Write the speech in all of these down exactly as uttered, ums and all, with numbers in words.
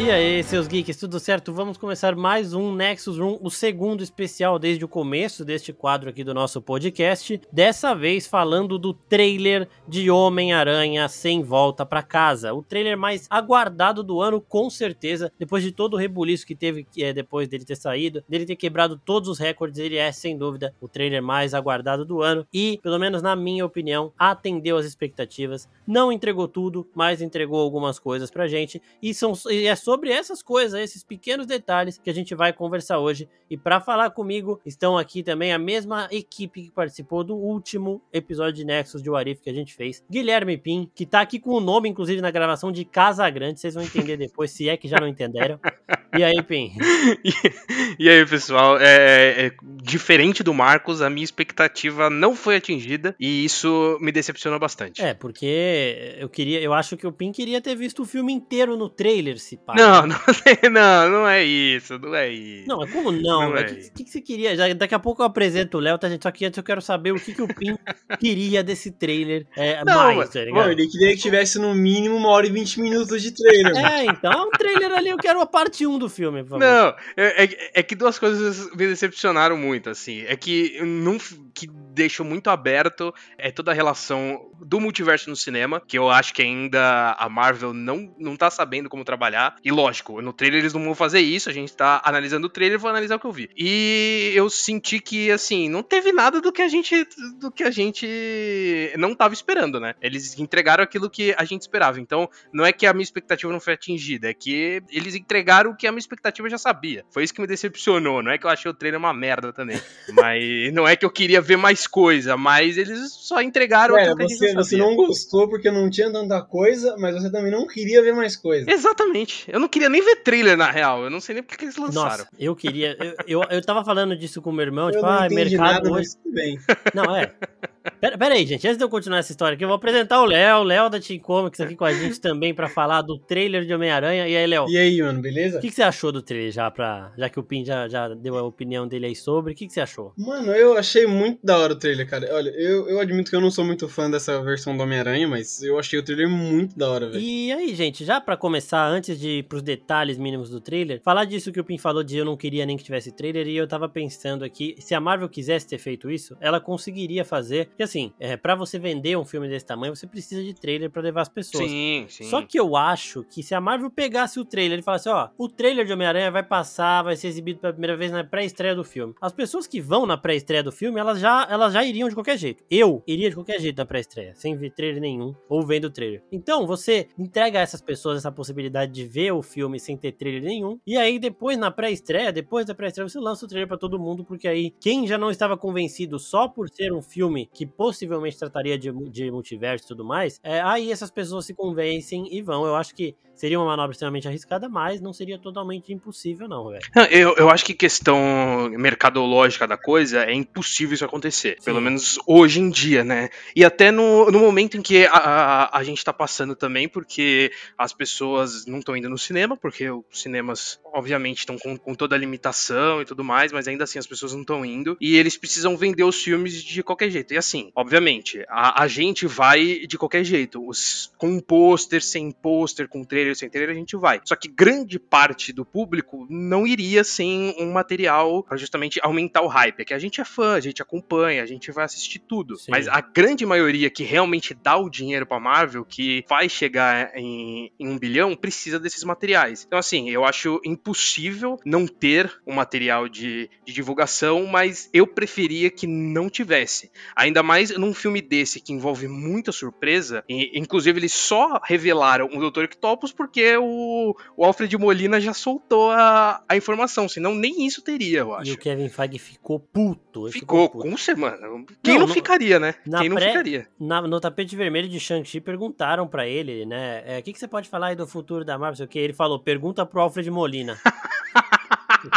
E aí, seus geeks, tudo certo? Vamos começar mais um Nexus Room, o segundo especial desde o começo deste quadro aqui do nosso podcast. Dessa vez falando do trailer de Homem-Aranha Sem Volta Pra Casa. O trailer mais aguardado do ano, com certeza. Depois de todo o rebuliço que teve é, depois dele ter saído, dele ter quebrado todos os recordes, ele é, sem dúvida, o trailer mais aguardado do ano. E, pelo menos na minha opinião, atendeu às expectativas. Não entregou tudo, mas entregou algumas coisas pra gente. E, são, e é sobre essas coisas, esses pequenos detalhes que a gente vai conversar hoje. E para falar comigo, estão aqui também a mesma equipe que participou do último episódio de Nexus de What If que a gente fez. Guilherme Pim, que tá aqui com o nome, inclusive, na gravação de Casa Grande. Vocês vão entender depois, se é que já não entenderam. E aí, Pim? e, e aí, pessoal? É, é, diferente do Marcos, a minha expectativa não foi atingida e isso me decepcionou bastante. É, porque eu queria, eu acho que o Pim queria ter visto o filme inteiro no trailer, se pá. Não, não, não, não é isso, não é isso. Não, mas como não, velho? O é que, que, que você queria? Já, daqui a pouco eu apresento o Léo, tá, gente? Só que antes eu quero saber o que, que o Pim queria desse trailer é, não, mais, mas, tá ligado? Mano, ele queria que tivesse no mínimo uma hora e vinte minutos de trailer. É, então é um trailer ali, eu quero a parte um do filme, por favor. Não, é, é, é que duas coisas me decepcionaram muito, assim. É que, não, que deixou muito aberto é toda a relação do multiverso no cinema, que eu acho que ainda a Marvel não, não tá sabendo como trabalhar. E lógico, no trailer eles não vão fazer isso, a gente tá analisando o trailer, vou analisar o que eu vi. E eu senti que, assim, não teve nada do que a gente do que a gente não tava esperando, né? Eles entregaram aquilo que a gente esperava. Então, não é que a minha expectativa não foi atingida, é que eles entregaram o que a minha expectativa já sabia. Foi isso que me decepcionou. Não é que eu achei o trailer uma merda também. Mas não é que eu queria ver mais coisa, mas eles só entregaram é, aquilo que a gente você, já sabia. Você não gostou porque não tinha tanta coisa, mas você também não queria ver mais coisa. Exatamente. Eu não queria nem ver trailer, na real. Eu não sei nem porque que eles lançaram. Nossa, eu queria... Eu, eu, eu tava falando disso com o meu irmão, eu tipo, não ah, entendi mercado nada, hoje... mas tudo bem. Não, é... Pera, pera aí, gente, antes de eu continuar essa história aqui, eu vou apresentar o Léo, o Léo da Team Comics aqui com a gente também pra falar do trailer de Homem-Aranha. E aí, Léo? E aí, mano, beleza? O que, que você achou do trailer já, pra, já que o Pim já, já deu a opinião dele aí sobre? O que, que você achou? Mano, eu achei muito da hora o trailer, cara. Olha, eu, eu admito que eu não sou muito fã dessa versão do Homem-Aranha, mas eu achei o trailer muito da hora, velho. E aí, gente, já pra começar, antes de ir pros detalhes mínimos do trailer, falar disso que o Pim falou de eu não queria nem que tivesse trailer, e eu tava pensando aqui, se a Marvel quisesse ter feito isso, ela conseguiria fazer, porque assim, é, pra você vender um filme desse tamanho, você precisa de trailer pra levar as pessoas. Sim, sim. Só que eu acho que se a Marvel pegasse o trailer e falasse, ó, o trailer de Homem-Aranha vai passar, vai ser exibido pela primeira vez na pré-estreia do filme. As pessoas que vão na pré-estreia do filme, elas já, elas já iriam de qualquer jeito. Eu iria de qualquer jeito na pré-estreia, sem ver trailer nenhum, ou vendo o trailer. Então, você entrega a essas pessoas essa possibilidade de ver o filme sem ter trailer nenhum, e aí depois na pré-estreia, depois da pré-estreia, você lança o trailer pra todo mundo, porque aí, quem já não estava convencido só por ser um filme que possivelmente trataria de, de multiverso e tudo mais, é, aí essas pessoas se convencem e vão. Eu acho que seria uma manobra extremamente arriscada, mas não seria totalmente impossível, não, velho. Eu, eu acho que questão mercadológica da coisa é impossível isso acontecer. Sim. Pelo menos hoje em dia, né? E até no, no momento em que a, a, a gente tá passando também, porque as pessoas não estão indo no cinema, porque os cinemas, obviamente, estão com, com toda a limitação e tudo mais, mas ainda assim as pessoas não estão indo. E eles precisam vender os filmes de qualquer jeito. E assim, obviamente, a, a gente vai de qualquer jeito. Os, com um pôster, sem pôster, com trailer, sem trailer, a gente vai. Só que grande parte do público não iria sem um material para justamente aumentar o hype. É que a gente é fã, a gente acompanha, a gente vai assistir tudo. Sim. Mas a grande maioria que realmente dá o dinheiro pra Marvel, que vai chegar em, em um bilhão, precisa desses materiais. Então, assim, eu acho impossível não ter um material de, de divulgação, mas eu preferia que não tivesse. Ainda mais num filme desse que envolve muita surpresa. E, inclusive, eles só revelaram o doutor Octopus porque o, o Alfred Molina já soltou a, a informação, senão nem isso teria, eu acho. E o Kevin Feige ficou puto. Ficou, ficou puto. com semana. Quem não, não ficaria, né? Quem não pré, ficaria? Na, no tapete vermelho de Shang-Chi perguntaram pra ele, né, o é, que, que você pode falar aí do futuro da Marvel, sei o que? Ele falou, pergunta pro Alfred Molina.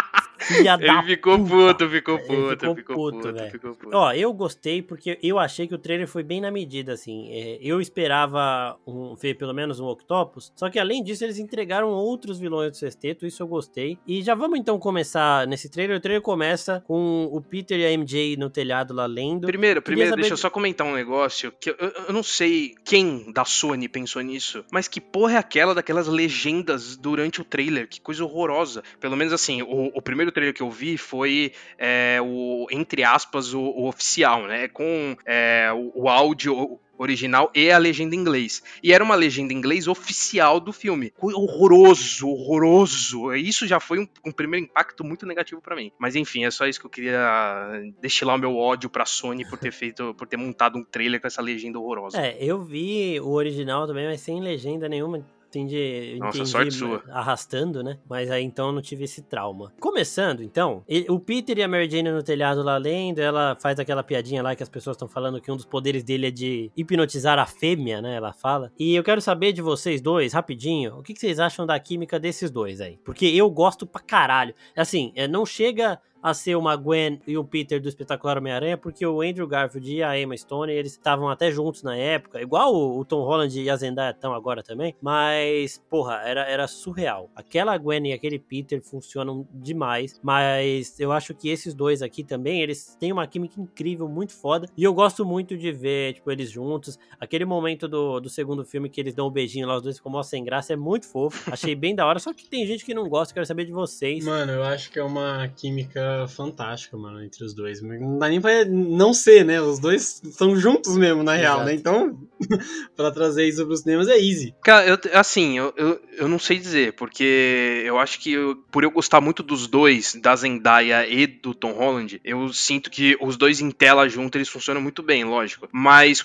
Filha da Ele ficou puta. puto, ficou Ele puto, ficou ficou puto, puto, velho. ficou puto. Ó, eu gostei porque eu achei que o trailer foi bem na medida, assim. É, eu esperava um, ver pelo menos um Octopus, só que além disso eles entregaram outros vilões do sexteto, isso eu gostei. E já vamos então começar nesse trailer. O trailer começa com o Peter e a M J no telhado lá lendo. Primeiro, Queria primeiro, saber deixa eu de- só comentar um negócio, que eu, eu- eu não sei quem da Sony pensou nisso, mas que porra é aquela daquelas legendas durante o trailer? Que coisa horrorosa. Pelo menos assim, o, o primeiro trailer que eu vi foi é, o, entre aspas, o, o oficial, né? Com é, o, o áudio original e a legenda em inglês. E era uma legenda em inglês oficial do filme. Horroroso, horroroso. Isso já foi um, um primeiro impacto muito negativo pra mim. Mas enfim, é só isso que eu queria destilar o meu ódio pra Sony por ter feito, por ter montado um trailer com essa legenda horrorosa. É, eu vi o original também, mas sem legenda nenhuma. Entendi, Nossa, entendi sorte sua. arrastando, né? Mas aí então eu não tive esse trauma. Começando, então, ele- o Peter e a Mary Jane no telhado lá lendo, ela faz aquela piadinha lá que as pessoas estão falando que um dos poderes dele é de hipnotizar a fêmea, né? Ela fala. E eu quero saber de vocês dois, rapidinho, o que, que vocês acham da química desses dois aí? Porque eu gosto pra caralho. Assim, é, não chega a ser uma Gwen e o Peter do Espetacular Homem-Aranha, porque o Andrew Garfield e a Emma Stone, eles estavam até juntos na época, igual o, o Tom Holland e a Zendaya estão agora também, mas, porra, era, era surreal. Aquela Gwen e aquele Peter funcionam demais, mas eu acho que esses dois aqui também, eles têm uma química incrível, muito foda, e eu gosto muito de ver, tipo, eles juntos. Aquele momento do, do segundo filme que eles dão um beijinho lá, os dois ficam mó sem graça, é muito fofo, achei bem da hora, só que tem gente que não gosta, quero saber de vocês. Mano, eu acho que é uma química fantástica, mano, entre os dois. Não dá nem pra não ser, né? Os dois estão juntos mesmo, na real, Exato. né? Então, pra trazer isso pros cinemas é easy. Cara, eu, assim, eu, eu, eu não sei dizer, porque eu acho que eu, por eu gostar muito dos dois, da Zendaya e do Tom Holland, eu sinto que os dois em tela junto, eles funcionam muito bem, lógico. Mas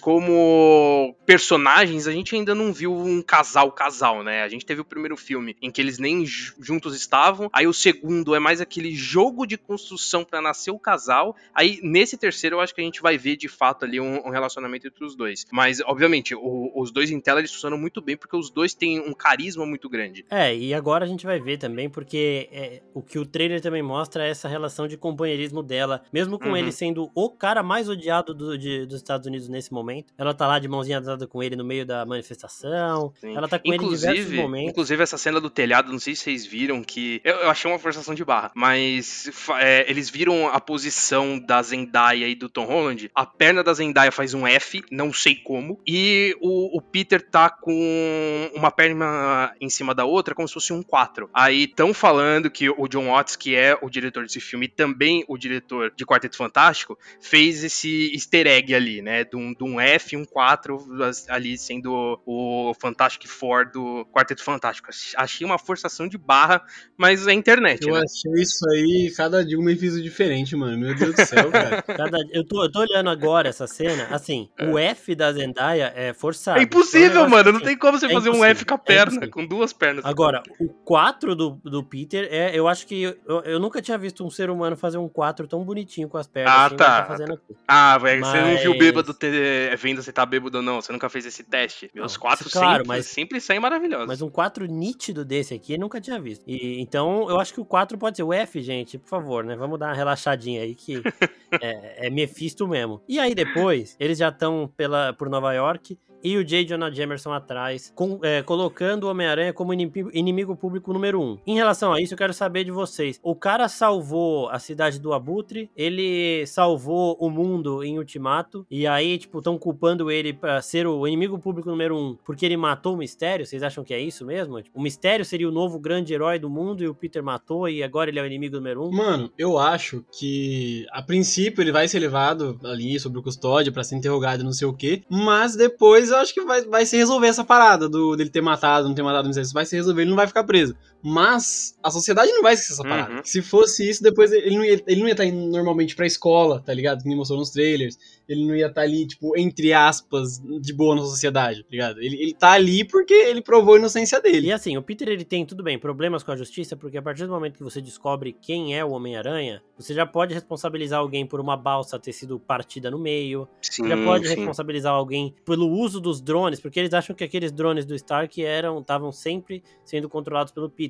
como personagens, a gente ainda não viu um casal-casal, né? A gente teve o primeiro filme em que eles nem juntos estavam, aí o segundo é mais aquele jogo de construção pra nascer o casal, aí nesse terceiro eu acho que a gente vai ver de fato ali um, um relacionamento entre os dois. Mas, obviamente, o, os dois em tela eles funcionam muito bem porque os dois têm um carisma muito grande. É, e agora a gente vai ver também, porque é, o que o trailer também mostra é essa relação de companheirismo dela, mesmo com Uhum. ele sendo o cara mais odiado do, de, dos Estados Unidos nesse momento. Ela tá lá de mãozinha dada com ele no meio da manifestação, Sim. ela tá com ele em diversos Inclusive, momentos. inclusive essa cena do telhado, não sei se vocês viram que... Eu, eu achei uma forçação de barra, mas fa- é, eles viram a posição da Zendaya e do Tom Holland, a perna da Zendaya faz um F, não sei como, e o, o Peter tá com uma perna em cima da outra como se fosse um quatro. Aí estão falando que o John Watts, que é o diretor desse filme e também o diretor de Quarteto Fantástico, fez esse easter egg ali, né, de um, de um F e um quatro ali sendo o Fantastic Four do Quarteto Fantástico. Achei uma forçação de barra, mas é internet, Eu né? achei isso aí, cada dia um episódio diferente, mano. Meu Deus do céu, cara. Cada, eu, tô, eu tô olhando agora essa cena, assim, o F da Zendaya é forçado. É impossível, Então, é um mano. negócio Não assim, tem como você é fazer um impossível, F com a é perna, impossível. com duas pernas. Agora, o quatro do, do Peter, é, eu acho que eu, eu nunca tinha visto um ser humano fazer um quatro tão bonitinho com as pernas Ah, assim, igual ele tá tá. fazendo aqui. Ah, velho, você não viu o Mas- bêbado ter, vendo se tá bêbado ou não. Você nunca fez esse teste. Meus Não, quatro claro, sempre, mas- sempre saem maravilhosos. Mas um quatro nítido desse aqui eu nunca tinha visto. E, então, eu acho que o quatro pode ser o F, gente, por favor, né? Vamos dar uma relaxadinha aí que é, é Mephisto mesmo. E aí depois, eles já estão pela por Nova York e o J. Jonah Jameson atrás, com- é, colocando o Homem-Aranha como inimigo, inimigo público número um. Em relação a isso, eu quero saber de vocês. O cara salvou a cidade do Abutre, ele salvou o mundo em Ultimato, e aí, tipo, estão culpando ele pra ser o inimigo público número um porque ele matou o Mistério? Vocês acham que é isso mesmo? Tipo, o Mistério seria o novo grande herói do mundo e o Peter matou e agora ele é o inimigo número um? Mano, eu acho que a princípio ele vai ser levado ali sob custódia pra ser interrogado e não sei o quê, mas depois eu acho que vai, vai se resolver essa parada do, dele ter matado, não ter matado, não sei, isso vai se resolver, ele não vai ficar preso. Mas a sociedade não vai esquecer essa parada. Uhum. Se fosse isso, depois ele não ia, ele não ia estar indo normalmente pra escola, tá ligado? Que me mostrou nos trailers. Ele não ia estar ali, tipo, entre aspas, de boa na sociedade, tá ligado? Ele, ele tá ali porque ele provou a inocência dele. E assim, o Peter, ele tem, tudo bem, problemas com a justiça, porque a partir do momento que você descobre quem é o Homem-Aranha, você já pode responsabilizar alguém por uma balsa ter sido partida no meio, Sim, já pode sim. responsabilizar alguém pelo uso dos drones, porque eles acham que aqueles drones do Stark eram estavam sempre sendo controlados pelo Peter.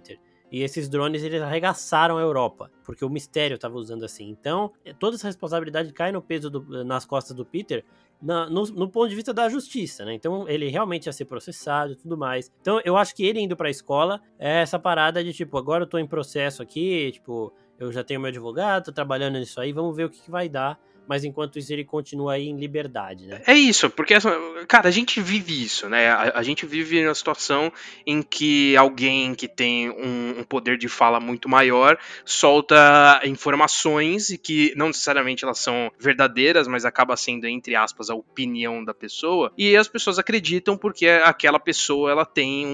E esses drones, eles arregaçaram a Europa, porque o Mistério tava usando assim. Então, toda essa responsabilidade cai no peso do, nas costas do Peter, na, no, no ponto de vista da justiça, né? Então, ele realmente ia ser processado e tudo mais. Então, eu acho que ele indo pra escola é essa parada de, tipo, agora eu tô em processo aqui, tipo, eu já tenho meu advogado, tô trabalhando nisso aí, vamos ver o que, que vai dar. Mas enquanto isso ele continua aí em liberdade, né? É isso, porque, cara, a gente vive isso, né? A, a gente vive numa situação em que alguém que tem um, um poder de fala muito maior solta informações e que não necessariamente elas são verdadeiras, mas acaba sendo, entre aspas, a opinião da pessoa. E as pessoas acreditam porque aquela pessoa ela tem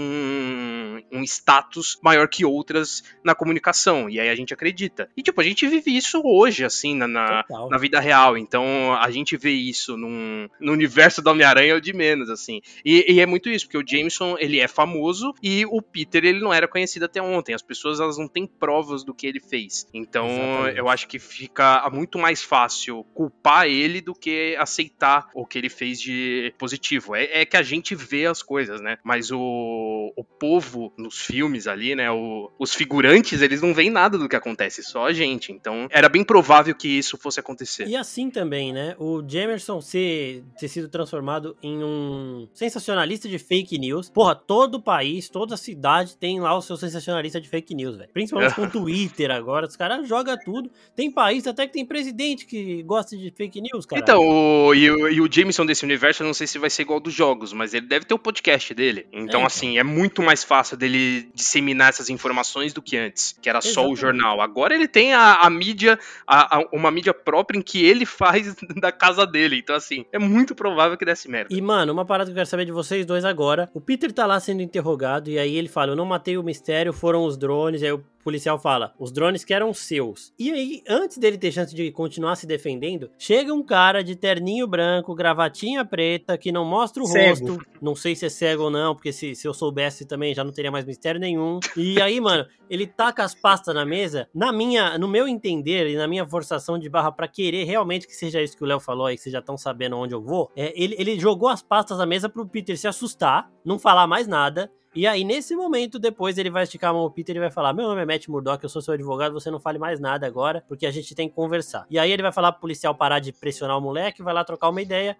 um, um status maior que outras na comunicação. E aí a gente acredita. E, tipo, a gente vive isso hoje, assim, na, na, na vida real. Então a gente vê isso num, no universo do Homem-Aranha ou de menos, assim. E, e é muito isso, porque o Jameson, ele é famoso e o Peter, ele não era conhecido até ontem. As pessoas, elas não têm provas do que ele fez. Então Exatamente. Eu acho que fica muito mais fácil culpar ele do que aceitar o que ele fez de positivo. É, é que a gente vê as coisas, né? Mas o, o povo nos filmes ali, né? O, os figurantes, eles não veem nada do que acontece, só a gente. Então era bem provável que isso fosse acontecer. E assim também, né? O Jamerson ser, ter sido transformado em um sensacionalista de fake news. Porra, todo o país, toda a cidade tem lá o seu sensacionalista de fake news, velho. Principalmente com o Twitter agora, os caras jogam tudo. Tem país até que tem presidente que gosta de fake news, cara. Então, o, e, o, e o Jameson desse universo, eu não sei se vai ser igual dos jogos, mas ele deve ter o podcast dele. Então, é, então. assim, é muito mais fácil dele disseminar essas informações do que antes, que era só Exatamente. O jornal. Agora ele tem a, a mídia, a, a, uma mídia própria em que ele faz da casa dele. Então, assim, é muito provável que desse merda. E, mano, uma parada que eu quero saber de vocês dois agora. O Peter tá lá sendo interrogado e aí ele fala, eu não matei o Mistério, foram os drones. Aí o policial fala, os drones que eram seus. E aí, antes dele ter chance de continuar se defendendo, chega um cara de terninho branco, gravatinha preta, que não mostra o cego. rosto. Não sei se é cego ou não, porque se, se eu soubesse também já não teria mais mistério nenhum. E aí, mano, ele taca as pastas na mesa. Na minha, no meu entender e na minha forçação de barra pra querer realmente que seja isso que o Léo falou aí, que vocês já estão sabendo onde eu vou, é, ele, ele jogou as pastas na mesa pro Peter se assustar, não falar mais nada. E aí, nesse momento, depois ele vai esticar a mão ao Peter e vai falar, meu nome é Matt Murdock, eu sou seu advogado, você não fale mais nada agora, porque a gente tem que conversar. E aí ele vai falar pro policial parar de pressionar o moleque, vai lá trocar uma ideia,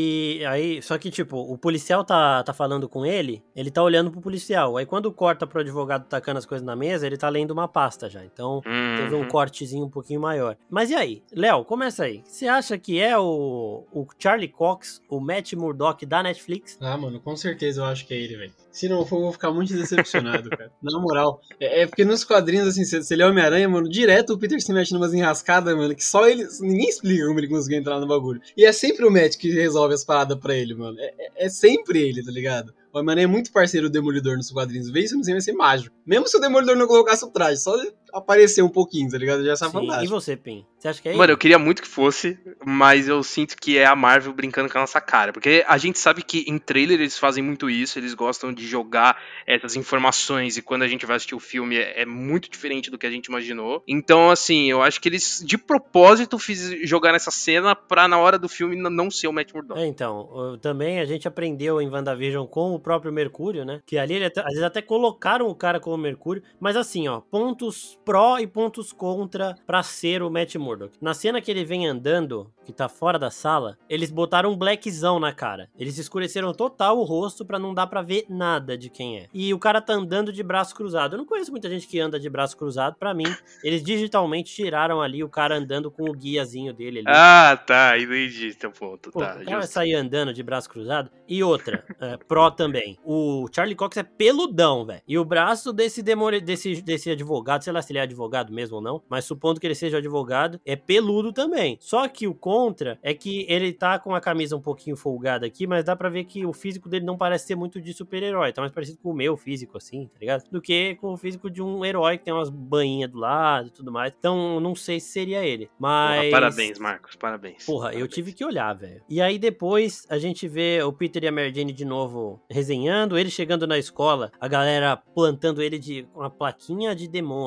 e aí, só que tipo, o policial tá, tá falando com ele, ele tá olhando pro policial, aí quando corta pro advogado tacando as coisas na mesa, ele tá lendo uma pasta já, então uhum. teve um cortezinho um pouquinho maior. Mas e aí? Léo, começa aí. Você acha que é o, o Charlie Cox, o Matt Murdock da Netflix? Ah, mano, com certeza eu acho que é ele, velho. Se não for, eu vou ficar muito decepcionado, cara. Na moral. É, é porque nos quadrinhos, assim, se ele é Homem-Aranha, mano, direto o Peter se mexe numas enrascadas, mano, que só ele... Ninguém explica como ele conseguiu entrar no bagulho. E é sempre o Matt que resolve as paradas pra ele, mano. É, é, é sempre ele, tá ligado? O Homem-Aranha é muito parceiro do Demolidor nos quadrinhos. Vê isso, não sei, vai ser mágico. Mesmo se o Demolidor não colocasse o traje, só aparecer um pouquinho, tá ligado? Já sabe fantástico. E você, Pim? Você acha que é ele? Mano, eu queria muito que fosse, mas eu sinto que é a Marvel brincando com a nossa cara. Porque a gente sabe que em trailer eles fazem muito isso, eles gostam de jogar essas informações e quando a gente vai assistir o filme é, é muito diferente do que a gente imaginou. Então, assim, eu acho que eles de propósito fiz, jogaram essa cena pra na hora do filme não ser o Matt Murdock. É, então, também a gente aprendeu em WandaVision com o próprio Mercúrio, né? Que ali ele até, às vezes até colocaram o cara como Mercúrio, mas assim, ó, pontos pró e pontos contra pra ser o Matt Murdock. Na cena que ele vem andando, que tá fora da sala, eles botaram um blackzão na cara. Eles escureceram total o rosto pra não dar pra ver nada de quem é. E o cara tá andando de braço cruzado. Eu não conheço muita gente que anda de braço cruzado. Pra mim, eles digitalmente tiraram ali o cara andando com o guiazinho dele ali. Ah, tá, entendi teu ponto. Pô, tá, o cara vai sair andando de braço cruzado. E outra, é, pró também. O Charlie Cox é peludão, velho. E o braço desse, demore, desse, desse advogado, sei lá se ele é advogado mesmo ou não, mas supondo que ele seja advogado, é peludo também. Só que o contra é que ele tá com a camisa um pouquinho folgada aqui, mas dá pra ver que o físico dele não parece ser muito de super-herói. Tá mais parecido com o meu físico, assim, tá ligado? Do que com o físico de um herói que tem umas bainhas do lado e tudo mais. Então, não sei se seria ele. Mas... Porra, parabéns, Marcos, parabéns. Porra, parabéns. Eu tive que olhar, velho. E aí depois a gente vê o Peter e a Mary Jane de novo resenhando, ele chegando na escola, a galera plantando ele de uma plaquinha de demônio, velho.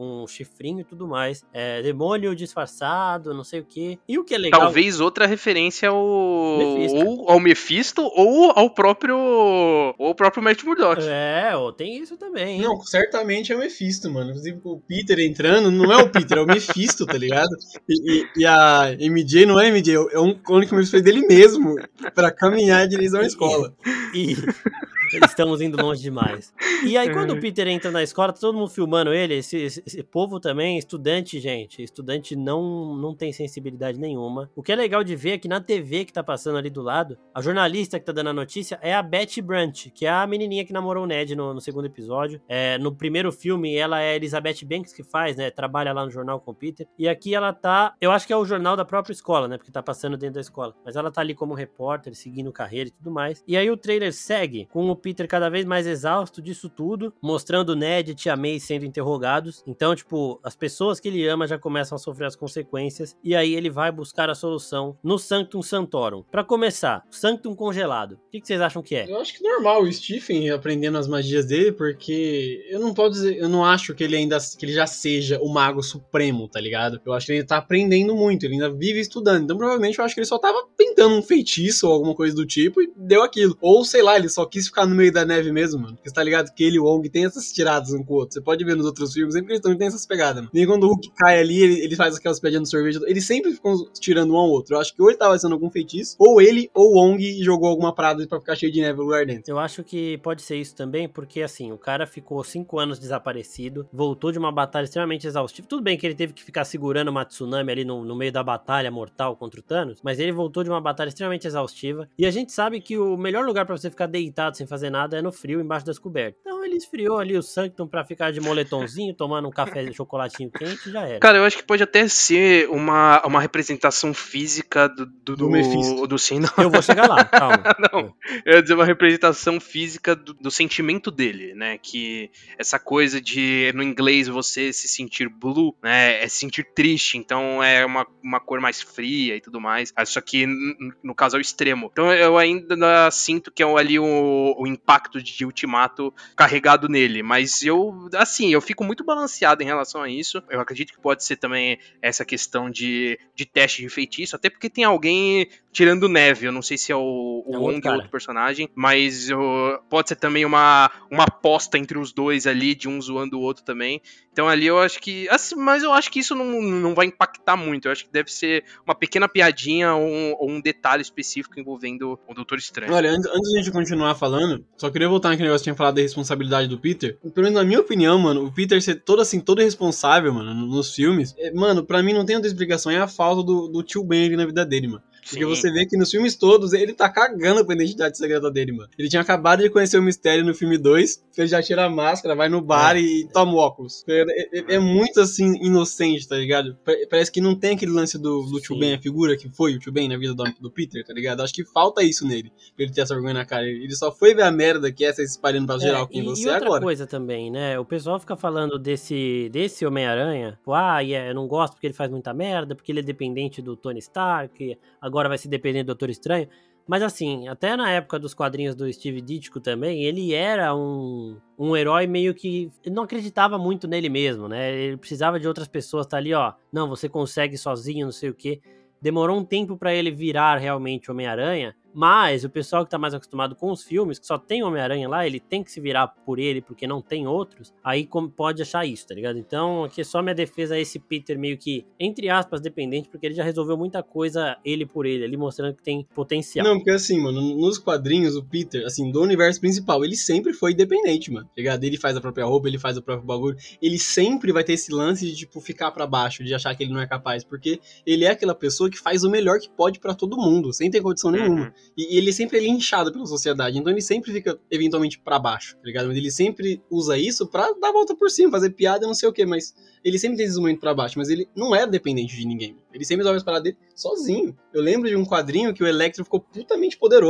com um chifrinho e tudo mais. É, demônio disfarçado, não sei o que. E o que é legal... Talvez outra referência ao... Mephisto. ou ao Mephisto ou ao próprio ou ao próprio Matt Murdock. É, ó, tem isso também, hein? Não, certamente é o Mephisto, mano. Inclusive, o Peter entrando, não é o Peter, é o Mephisto, tá ligado? E, e, e a M J não é M J, é um clone que o Mephisto fez dele mesmo, pra caminhar em direção à escola. E... estamos indo longe demais. E aí, quando o Peter entra na escola, tá todo mundo filmando ele, esse, esse, esse povo também, estudante, gente, estudante não, não tem sensibilidade nenhuma. O que é legal de ver é que na T V que tá passando ali do lado, a jornalista que tá dando a notícia é a Betty Brant, que é a menininha que namorou o Ned no, no segundo episódio. É, no primeiro filme, ela é a Elizabeth Banks que faz, né, trabalha lá no jornal com o Peter. E aqui ela tá, eu acho que é o jornal da própria escola, né, porque tá passando dentro da escola. Mas ela tá ali como repórter, seguindo carreira e tudo mais. E aí o trailer segue com o Peter cada vez mais exausto disso tudo, mostrando Ned e Tia May sendo interrogados. Então, tipo, as pessoas que ele ama já começam a sofrer as consequências, e aí ele vai buscar a solução no Sanctum Sanctorum. Pra começar, Sanctum congelado. O que, que vocês acham que é? Eu acho que normal o Stephen aprendendo as magias dele, porque eu não posso dizer, eu não acho que ele ainda, que ele já seja o mago supremo, tá ligado? Eu acho que ele tá aprendendo muito, ele ainda vive estudando, então provavelmente eu acho que ele só tava tentando um feitiço ou alguma coisa do tipo e deu aquilo. Ou, sei lá, ele só quis ficar no meio da neve mesmo, mano. Porque você tá ligado que ele e o Wong tem essas tiradas um com o outro. Você pode ver nos outros filmes, sempre eles têm essas pegadas, mano. Nem quando o Hulk cai ali, ele, ele faz aquelas pegadinhas no sorvete. Eles sempre ficam tirando um ao outro. Eu acho que ou ele tava fazendo algum feitiço, ou ele ou o Wong jogou alguma parada pra ficar cheio de neve no lugar dentro. Eu acho que pode ser isso também, porque assim, o cara ficou cinco anos desaparecido, voltou de uma batalha extremamente exaustiva. Tudo bem que ele teve que ficar segurando uma tsunami ali no, no meio da batalha mortal contra o Thanos, mas ele voltou de uma batalha extremamente exaustiva. E a gente sabe que o melhor lugar pra você ficar deitado sem fazer nada é no frio, embaixo das cobertas. Então ele esfriou ali o Sanctum pra ficar de moletomzinho, tomando um café de chocolatinho quente e já era. Cara, eu acho que pode até ser uma, uma representação física do, do, Do Mephisto. do sino. Eu vou chegar lá, calma. Não, eu ia dizer uma representação física do, do sentimento dele, né? Que essa coisa de, no inglês, você se sentir blue, né? É se sentir triste, então é uma, uma cor mais fria e tudo mais. Só que, no, no caso, é o extremo. Então eu ainda sinto que é ali o, o impacto de Ultimato carregado nele, mas eu, assim, eu fico muito balanceado em relação a isso. Eu acredito que pode ser também essa questão de, de teste de feitiço, até porque tem alguém tirando neve, eu não sei se é o, o É Wong outro ou outro personagem, mas eu, pode ser também uma, uma aposta entre os dois ali, de um zoando o outro também. Então ali eu acho que, assim, mas eu acho que isso não, não vai impactar muito, eu acho que deve ser uma pequena piadinha ou um, ou um detalhe específico envolvendo o Doutor Estranho. Olha, antes, antes de a gente continuar falando, só queria voltar naquele negócio que tinha falado da responsabilidade do Peter. Pelo menos na minha opinião, mano, o Peter ser todo assim, todo irresponsável, mano, nos filmes, é, mano, pra mim não tem outra explicação, é a falta do, do tio Ben ali na vida dele, mano. Porque Sim. você vê que nos filmes todos ele tá cagando pra identidade secreta dele, mano. Ele tinha acabado de conhecer o mistério no filme dois, ele já tira a máscara, vai no bar é. e toma o óculos. É, é, é muito assim, inocente, tá ligado? Parece que não tem aquele lance do, do tio Ben, a figura que foi o tio Ben na vida do, do Peter, tá ligado? Acho que falta isso nele, pra ele ter essa vergonha na cara. Ele só foi ver a merda que é essa se espalhando pra geral é, quem e, você e outra agora. coisa também, né? O pessoal fica falando desse, desse Homem-Aranha, tipo, ah, yeah, eu não gosto porque ele faz muita merda, porque ele é dependente do Tony Stark, agora vai ser dependente do Doutor Estranho. Mas assim, até na época dos quadrinhos do Steve Ditko também, ele era um, um herói meio que... Ele não acreditava muito nele mesmo, né? Ele precisava de outras pessoas, tá ali, ó. Não, você consegue sozinho, não sei o quê. Demorou um tempo pra ele virar realmente Homem-Aranha, mas o pessoal que tá mais acostumado com os filmes, que só tem Homem-Aranha lá, ele tem que se virar por ele, porque não tem outros, aí pode achar isso, tá ligado? Então, aqui é só minha defesa a esse Peter meio que, entre aspas, dependente, porque ele já resolveu muita coisa ele por ele, ali mostrando que tem potencial. Não, porque assim, mano, nos quadrinhos, o Peter, assim, do universo principal, ele sempre foi independente, mano, tá ligado? Ele faz a própria roupa, ele faz o próprio bagulho, ele sempre vai ter esse lance de, tipo, ficar pra baixo, de achar que ele não é capaz, porque ele é aquela pessoa que faz o melhor que pode pra todo mundo, sem ter condição nenhuma. Uhum. E ele sempre é linchado pela sociedade, então ele sempre fica eventualmente pra baixo, tá ligado? Mas ele sempre usa isso pra dar a volta por cima, fazer piada, não sei o que, mas ele sempre tem esses momentos pra baixo, mas ele não é dependente de ninguém. Ele sempre resolve as paradas dele sozinho. Eu lembro de um quadrinho que o Electro ficou putamente poderoso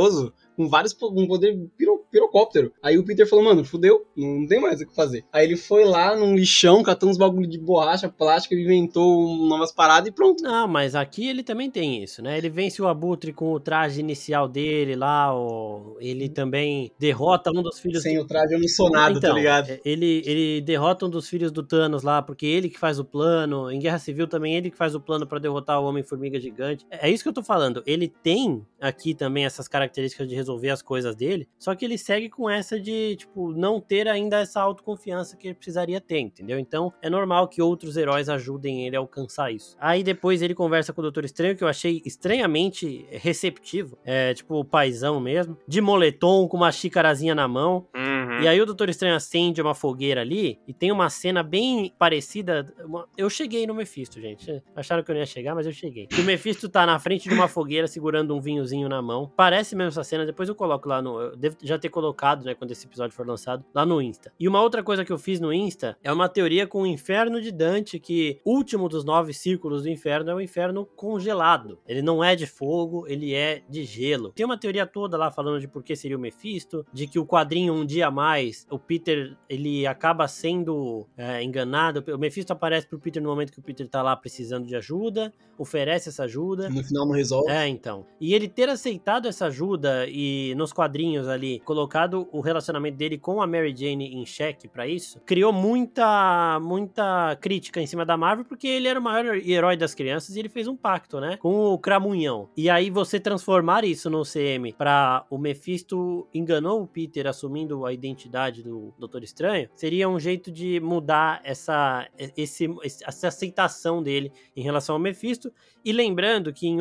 com vários, um poder piro, pirocóptero. Aí o Peter falou, mano, fudeu, não tem mais o que fazer. Aí ele foi lá num lixão, catou uns bagulho de borracha, plástico, inventou novas paradas e pronto. Não, mas aqui ele também tem isso, né? Ele vence o Abutre com o traje inicial dele lá, ó, ele também derrota um dos filhos... Sem o traje eu não sou nada, então, tá ligado? Ele, ele derrota um dos filhos do Thanos lá, porque ele que faz o plano. Em Guerra Civil também ele que faz o plano pra derrotar o Homem-Formiga Gigante. É isso que eu tô falando. Ele tem aqui também essas características de resolver as coisas dele, só que ele segue com essa de, tipo, não ter ainda essa autoconfiança que ele precisaria ter, entendeu? Então, é normal que outros heróis ajudem ele a alcançar isso. Aí depois ele conversa com o Doutor Estranho, que eu achei estranhamente receptivo. É, tipo, o paizão mesmo. De moletom, com uma xicarazinha na mão. Uhum. E aí o Doutor Estranho acende uma fogueira ali e tem uma cena bem parecida. Uma... Eu cheguei no Mephisto, gente. Acharam que eu não ia chegar, mas eu cheguei. O Mephisto tá na frente de uma fogueira segurando um vinhozinho na mão. Parece mesmo essa cena, depois eu coloco lá no... Eu devo já ter colocado, né, quando esse episódio for lançado, lá no Insta. E uma outra coisa que eu fiz no Insta é uma teoria com o Inferno de Dante, que o último dos nove círculos do Inferno é o Inferno congelado. Ele não é de fogo, ele é de gelo. Tem uma teoria toda lá falando de por que seria o Mephisto, de que o quadrinho Um Dia Mais, o Peter, ele acaba sendo é, enganado. O Mephisto aparece pro Peter no momento que o Peter tá lá precisando de ajuda, oferece essa ajuda. No final não resolve. É, então. E ele ter aceitado essa ajuda e nos quadrinhos ali, colocado o relacionamento dele com a Mary Jane em xeque pra isso, criou muita, muita crítica em cima da Marvel, porque ele era o maior herói das crianças e ele fez um pacto, né, com o Cramunhão. E aí você transformar isso no C M pra o Mephisto enganou o Peter assumindo a identidade do Doutor Estranho, seria um jeito de mudar essa, esse, essa aceitação dele em relação ao Mephisto. E lembrando que em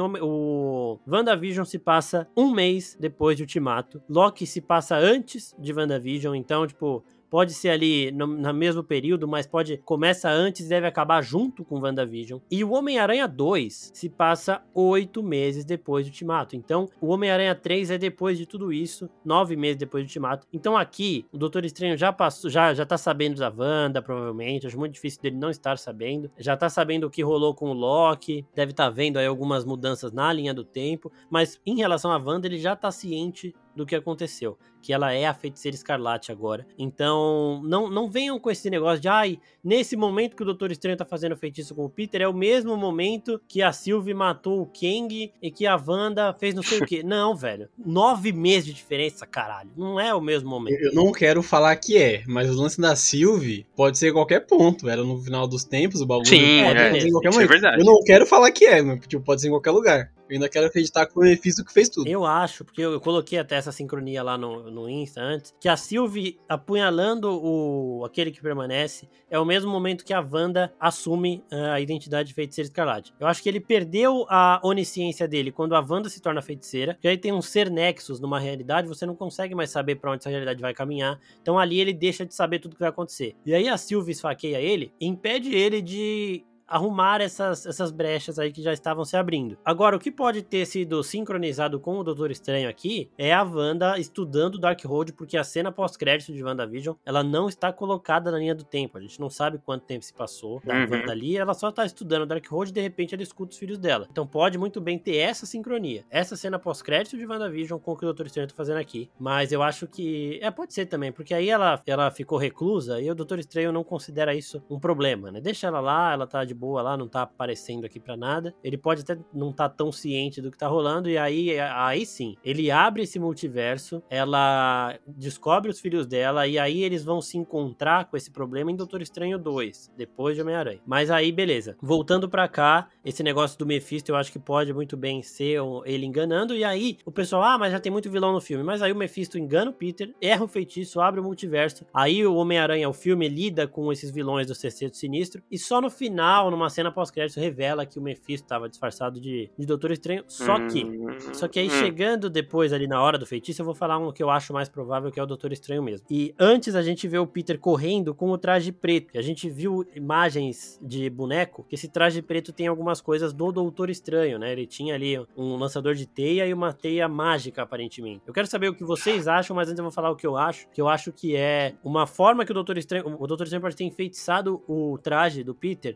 o WandaVision se passa um mês depois de Ultimato, Loki se passa antes de WandaVision, então, tipo, pode ser ali no, no mesmo período, mas pode começa antes e deve acabar junto com WandaVision. E o Homem-Aranha dois se passa oito meses depois do Ultimato. Então, o Homem-Aranha três é depois de tudo isso, nove meses depois do Ultimato. Então aqui, o Doutor Estranho já passou, já, já tá sabendo da Wanda, provavelmente. Acho muito difícil dele não estar sabendo. Já tá sabendo o que rolou com o Loki. Deve estar tá vendo aí algumas mudanças na linha do tempo. Mas em relação à Wanda, ele já tá ciente do que aconteceu, que ela é a Feiticeira Escarlate agora. Então, não, não venham com esse negócio de, ai, nesse momento que o Doutor Estranho tá fazendo feitiço com o Peter, é o mesmo momento que a Sylvie matou o Kang e que a Wanda fez não sei o quê. Não, velho. Nove meses de diferença, caralho. Não é o mesmo momento. Eu não quero falar que é, mas o lance da Sylvie pode ser qualquer ponto. Era no final dos tempos, o bagulho. Sim, pode é, ser em qualquer isso é momento. verdade. Eu não quero falar que é, mas tipo, pode ser em ququalquer lugar. Eu ainda quero acreditar que foi o Mephisto que fez tudo. Eu acho, porque eu, eu coloquei até essa sincronia lá no, no Insta antes, que a Sylvie apunhalando o, aquele que permanece é o mesmo momento que a Wanda assume uh, a identidade de Feiticeira Escarlate. Eu acho que ele perdeu a onisciência dele quando a Wanda se torna feiticeira, que aí tem um ser Nexus numa realidade, você não consegue mais saber pra onde essa realidade vai caminhar, então ali ele deixa de saber tudo que vai acontecer. E aí a Sylvie esfaqueia ele, impede ele de arrumar essas, essas brechas aí que já estavam se abrindo. Agora, o que pode ter sido sincronizado com o Doutor Estranho aqui é a Wanda estudando Darkhold, porque a cena pós-crédito de WandaVision, ela não está colocada na linha do tempo. A gente não sabe quanto tempo se passou da Uhum. Wanda ali, ela só está estudando Darkhold e de repente ela escuta os filhos dela. Então pode muito bem ter essa sincronia. Essa cena pós-crédito de WandaVision com o que o Doutor Estranho tá fazendo aqui. Mas eu acho que... É, pode ser também, porque aí ela, ela ficou reclusa e o Doutor Estranho não considera isso um problema, né? Deixa ela lá, ela tá de boa lá, não tá aparecendo aqui pra nada. Ele pode até não tá tão ciente do que tá rolando, e aí, aí sim, ele abre esse multiverso, ela descobre os filhos dela, e aí eles vão se encontrar com esse problema em Doutor Estranho dois, depois de Homem-Aranha. Mas aí, beleza. Voltando pra cá, esse negócio do Mephisto, eu acho que pode muito bem ser ele enganando, e aí o pessoal, ah, mas já tem muito vilão no filme. Mas aí o Mephisto engana o Peter, erra o feitiço, abre o multiverso, aí o Homem-Aranha, o filme, lida com esses vilões do Sexteto Sinistro, e só no final, numa cena pós-crédito, revela que o Mephisto estava disfarçado de, de Doutor Estranho, só que só que aí chegando depois ali na hora do feitiço, eu vou falar um que eu acho mais provável, que é o Doutor Estranho mesmo. E antes a gente vê o Peter correndo com o traje preto, e a gente viu imagens de boneco, que esse traje preto tem algumas coisas do Doutor Estranho, né, ele tinha ali um lançador de teia e uma teia mágica, aparentemente. Eu quero saber o que vocês acham, mas antes eu vou falar o que eu acho, que eu acho que é uma forma que o Doutor Estranho, o Doutor Estranho pode ter enfeitiçado o traje do Peter, pra ele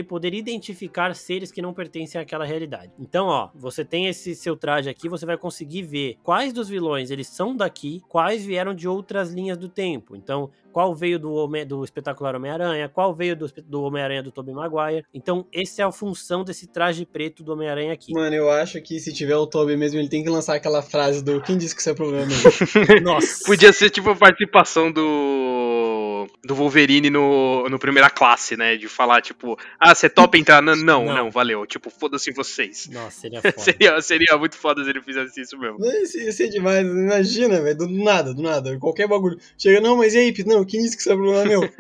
poder identificar seres que não pertencem àquela realidade. Então, ó, você tem esse seu traje aqui, você vai conseguir ver quais dos vilões eles são daqui, quais vieram de outras linhas do tempo. Então, qual veio do, Home- do espetacular Homem-Aranha, qual veio do, espe- do Homem-Aranha do Tobey Maguire. Então, essa é a função desse traje preto do Homem-Aranha aqui. Mano, eu acho que se tiver o Tobey mesmo, ele tem que lançar aquela frase do quem disse que isso é problema mesmo. Nossa! Podia ser tipo a participação do do Wolverine no, no Primeira Classe, né? De falar, tipo, ah, você topa entrar? Não, não, Não. não, valeu. Tipo, foda-se vocês. Nossa, seria foda. seria, seria muito foda se ele fizesse isso mesmo. Isso ia ser demais, imagina, velho, do nada, do nada, qualquer bagulho. Chega, não, mas e aí, Pete? Não, quem disse que isso é problema meu?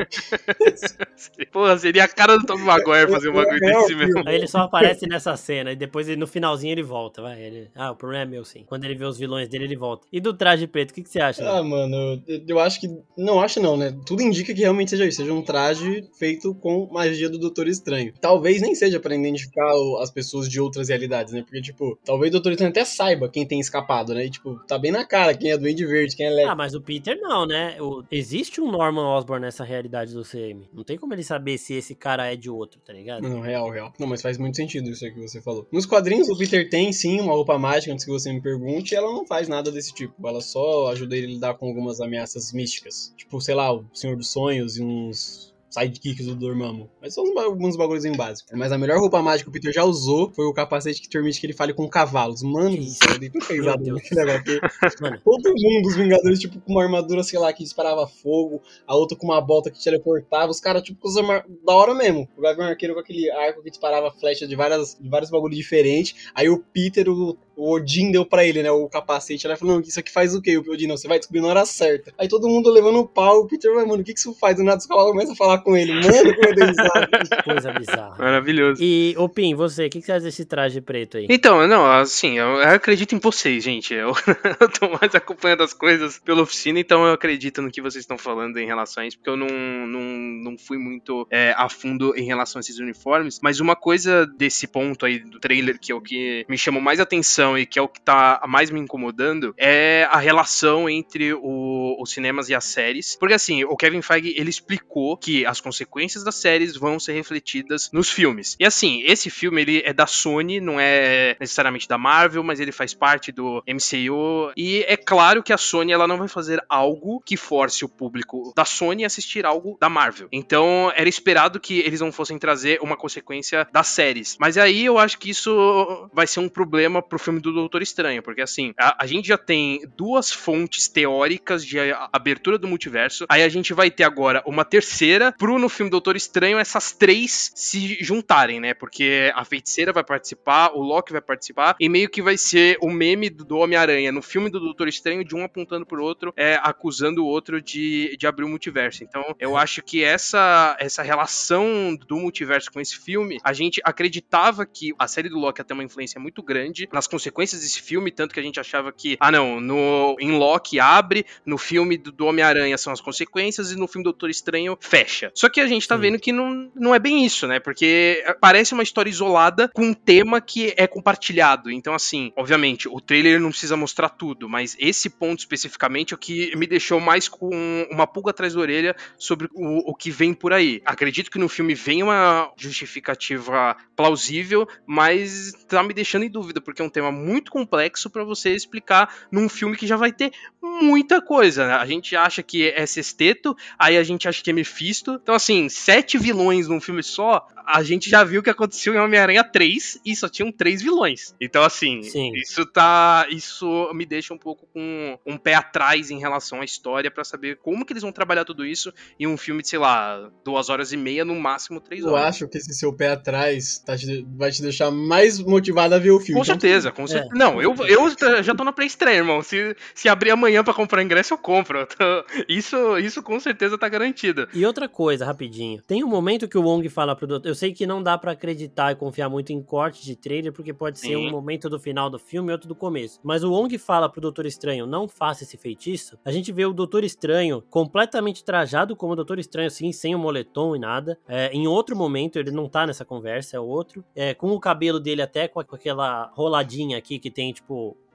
Porra, seria a cara do Tobey Maguire fazer um bagulho É, é, desse é, mesmo. Aí ele só aparece nessa cena e depois ele- no finalzinho ele volta, vai. Ele, ah, o problema é meu, sim. Quando ele vê os vilões dele, ele volta. E do traje preto, o que, que você acha? Ah, mano, eu, eu acho que. Não acho não, né? Tudo indica que realmente seja isso. Seja um traje feito com magia do Doutor Estranho. Talvez nem seja pra identificar o- as pessoas de outras realidades, né? Porque, tipo, talvez o Doutor Estranho até saiba quem tem escapado, né? E, tipo, tá bem na cara quem é Duende Verde, quem é Lex. Ah, mas o Peter não, né? O- existe um Norman Osborn nessa realidade do C M. Não tem como ele saber se esse cara é de outro, tá ligado? Não, real, real. Não, mas faz muito sentido isso aí que você falou. Nos quadrinhos, o Peter tem, sim, uma roupa mágica, antes que você me pergunte, e ela não faz nada desse tipo. Ela só ajuda ele a lidar com algumas ameaças místicas. Tipo, sei lá, o Senhor dos Sonhos e uns sidekicks do Dormammu. Mas são uns ba- alguns bagulhos básicos. Mas a melhor roupa mágica que o Peter já usou foi o capacete que permite que ele fale com cavalos. Mano do céu, eu dei tanta risada Meu Deus. naquele negócio. Mano, Todo mundo dos Vingadores, tipo, com uma armadura, sei lá, que disparava fogo, a outra com uma bolta que teleportava, os caras, tipo, com os arma... da hora mesmo. O Gavião Arqueiro com aquele arco que disparava flecha de, várias, de vários bagulhos diferentes. Aí o Peter, o, o Odin deu pra ele, né, o capacete. Ela falou, não, isso aqui faz o quê? O Odin, não, você vai descobrir na hora certa. Aí todo mundo levando o pau, o Peter, vai, mano, o que que isso faz? Do nada os cavalos começam a falar com ele. Mano, como eu dei risada. que coisa bizarra. Maravilhoso. E, ô Pim, você, o que, que você acha desse traje preto aí? Então, não, assim, eu, eu acredito em vocês, gente. Eu, eu tô mais acompanhando as coisas pela oficina, então eu acredito no que vocês estão falando em relação a isso, porque eu não, não, não fui muito é, a fundo em relação a esses uniformes. Mas uma coisa desse ponto aí do trailer, que é o que me chamou mais atenção e que é o que tá mais me incomodando, é a relação entre o, os cinemas e as séries. Porque assim, o Kevin Feige, ele explicou que as consequências das séries vão ser refletidas nos filmes. E assim, esse filme, ele é da Sony, não é necessariamente da Marvel, mas ele faz parte do M C U, e é claro que a Sony, ela não vai fazer algo que force o público da Sony a assistir algo da Marvel. Então, era esperado que eles não fossem trazer uma consequência das séries. Mas aí, eu acho que isso vai ser um problema pro filme do Doutor Estranho, porque assim, a, a gente já tem duas fontes teóricas de a- abertura do multiverso, aí a gente vai ter agora uma terceira pro, no filme do Doutor Estranho, essas três se juntarem, né? Porque a Feiticeira vai participar, o Loki vai participar, e meio que vai ser o meme do Homem-Aranha no filme do Doutor Estranho, de um apontando pro outro, é, acusando o outro de, de abrir o multiverso. Então, eu acho que essa, essa relação do multiverso com esse filme, a gente acreditava que a série do Loki ia ter uma influência muito grande nas consequências desse filme, tanto que a gente achava que, ah não, no, em Loki abre, no filme do, do Homem-Aranha são as consequências, e no filme do Doutor Estranho fecha. Só que a gente tá Sim. vendo que não, não é bem isso, né? Porque parece uma história isolada com um tema que é compartilhado. Então, assim, obviamente, o trailer não precisa mostrar tudo, mas esse ponto especificamente é o que me deixou mais com uma pulga atrás da orelha sobre o, o que vem por aí. Acredito que no filme vem uma justificativa plausível, mas tá me deixando em dúvida, porque é um tema muito complexo pra você explicar num filme que já vai ter muita coisa, né? A gente acha que é sexteto, aí a gente acha que é Mephisto. Então, assim, sete vilões num filme só, a gente já viu o que aconteceu em Homem-Aranha três e só tinham três vilões. Então, assim, Sim. isso tá. Isso me deixa um pouco com um pé atrás em relação à história pra saber como que eles vão trabalhar tudo isso em um filme de, sei lá, duas horas e meia, no máximo três Eu horas. acho que esse seu pé atrás tá te- vai te deixar mais motivado a ver o filme. Com Então, certeza, com certeza. Não, eu, eu já tô na pré-estreia, irmão. Se, se abrir amanhã pra comprar ingresso, eu compro. Então, isso, isso com certeza tá garantido. E outra coisa, rapidinho. Tem um momento que o Wong fala pro doutor... Eu sei que não dá pra acreditar e confiar muito em corte de trailer, porque pode ser Sim. um momento do final do filme e outro do começo. Mas o Wong fala pro Doutor Estranho, não faça esse feitiço. A gente vê o Doutor Estranho completamente trajado como o Doutor Estranho, assim, sem o moletom e nada. É, em outro momento, ele não tá nessa conversa, é outro. É, com o cabelo dele até com aquela roladinha aqui que tem, tipo...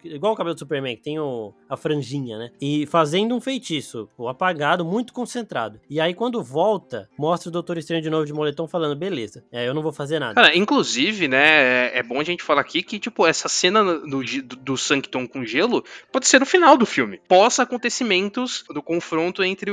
igual o cabelo do Superman, que tem o, a franjinha, né? E fazendo um feitiço, o apagado, muito concentrado. E aí quando volta, mostra o Doutor Estranho de novo de moletom falando, beleza, é, eu não vou fazer nada. Cara, inclusive, né, é, é bom a gente falar aqui que, tipo, essa cena do, do, do Sanctum com gelo pode ser no final do filme, pós acontecimentos do confronto entre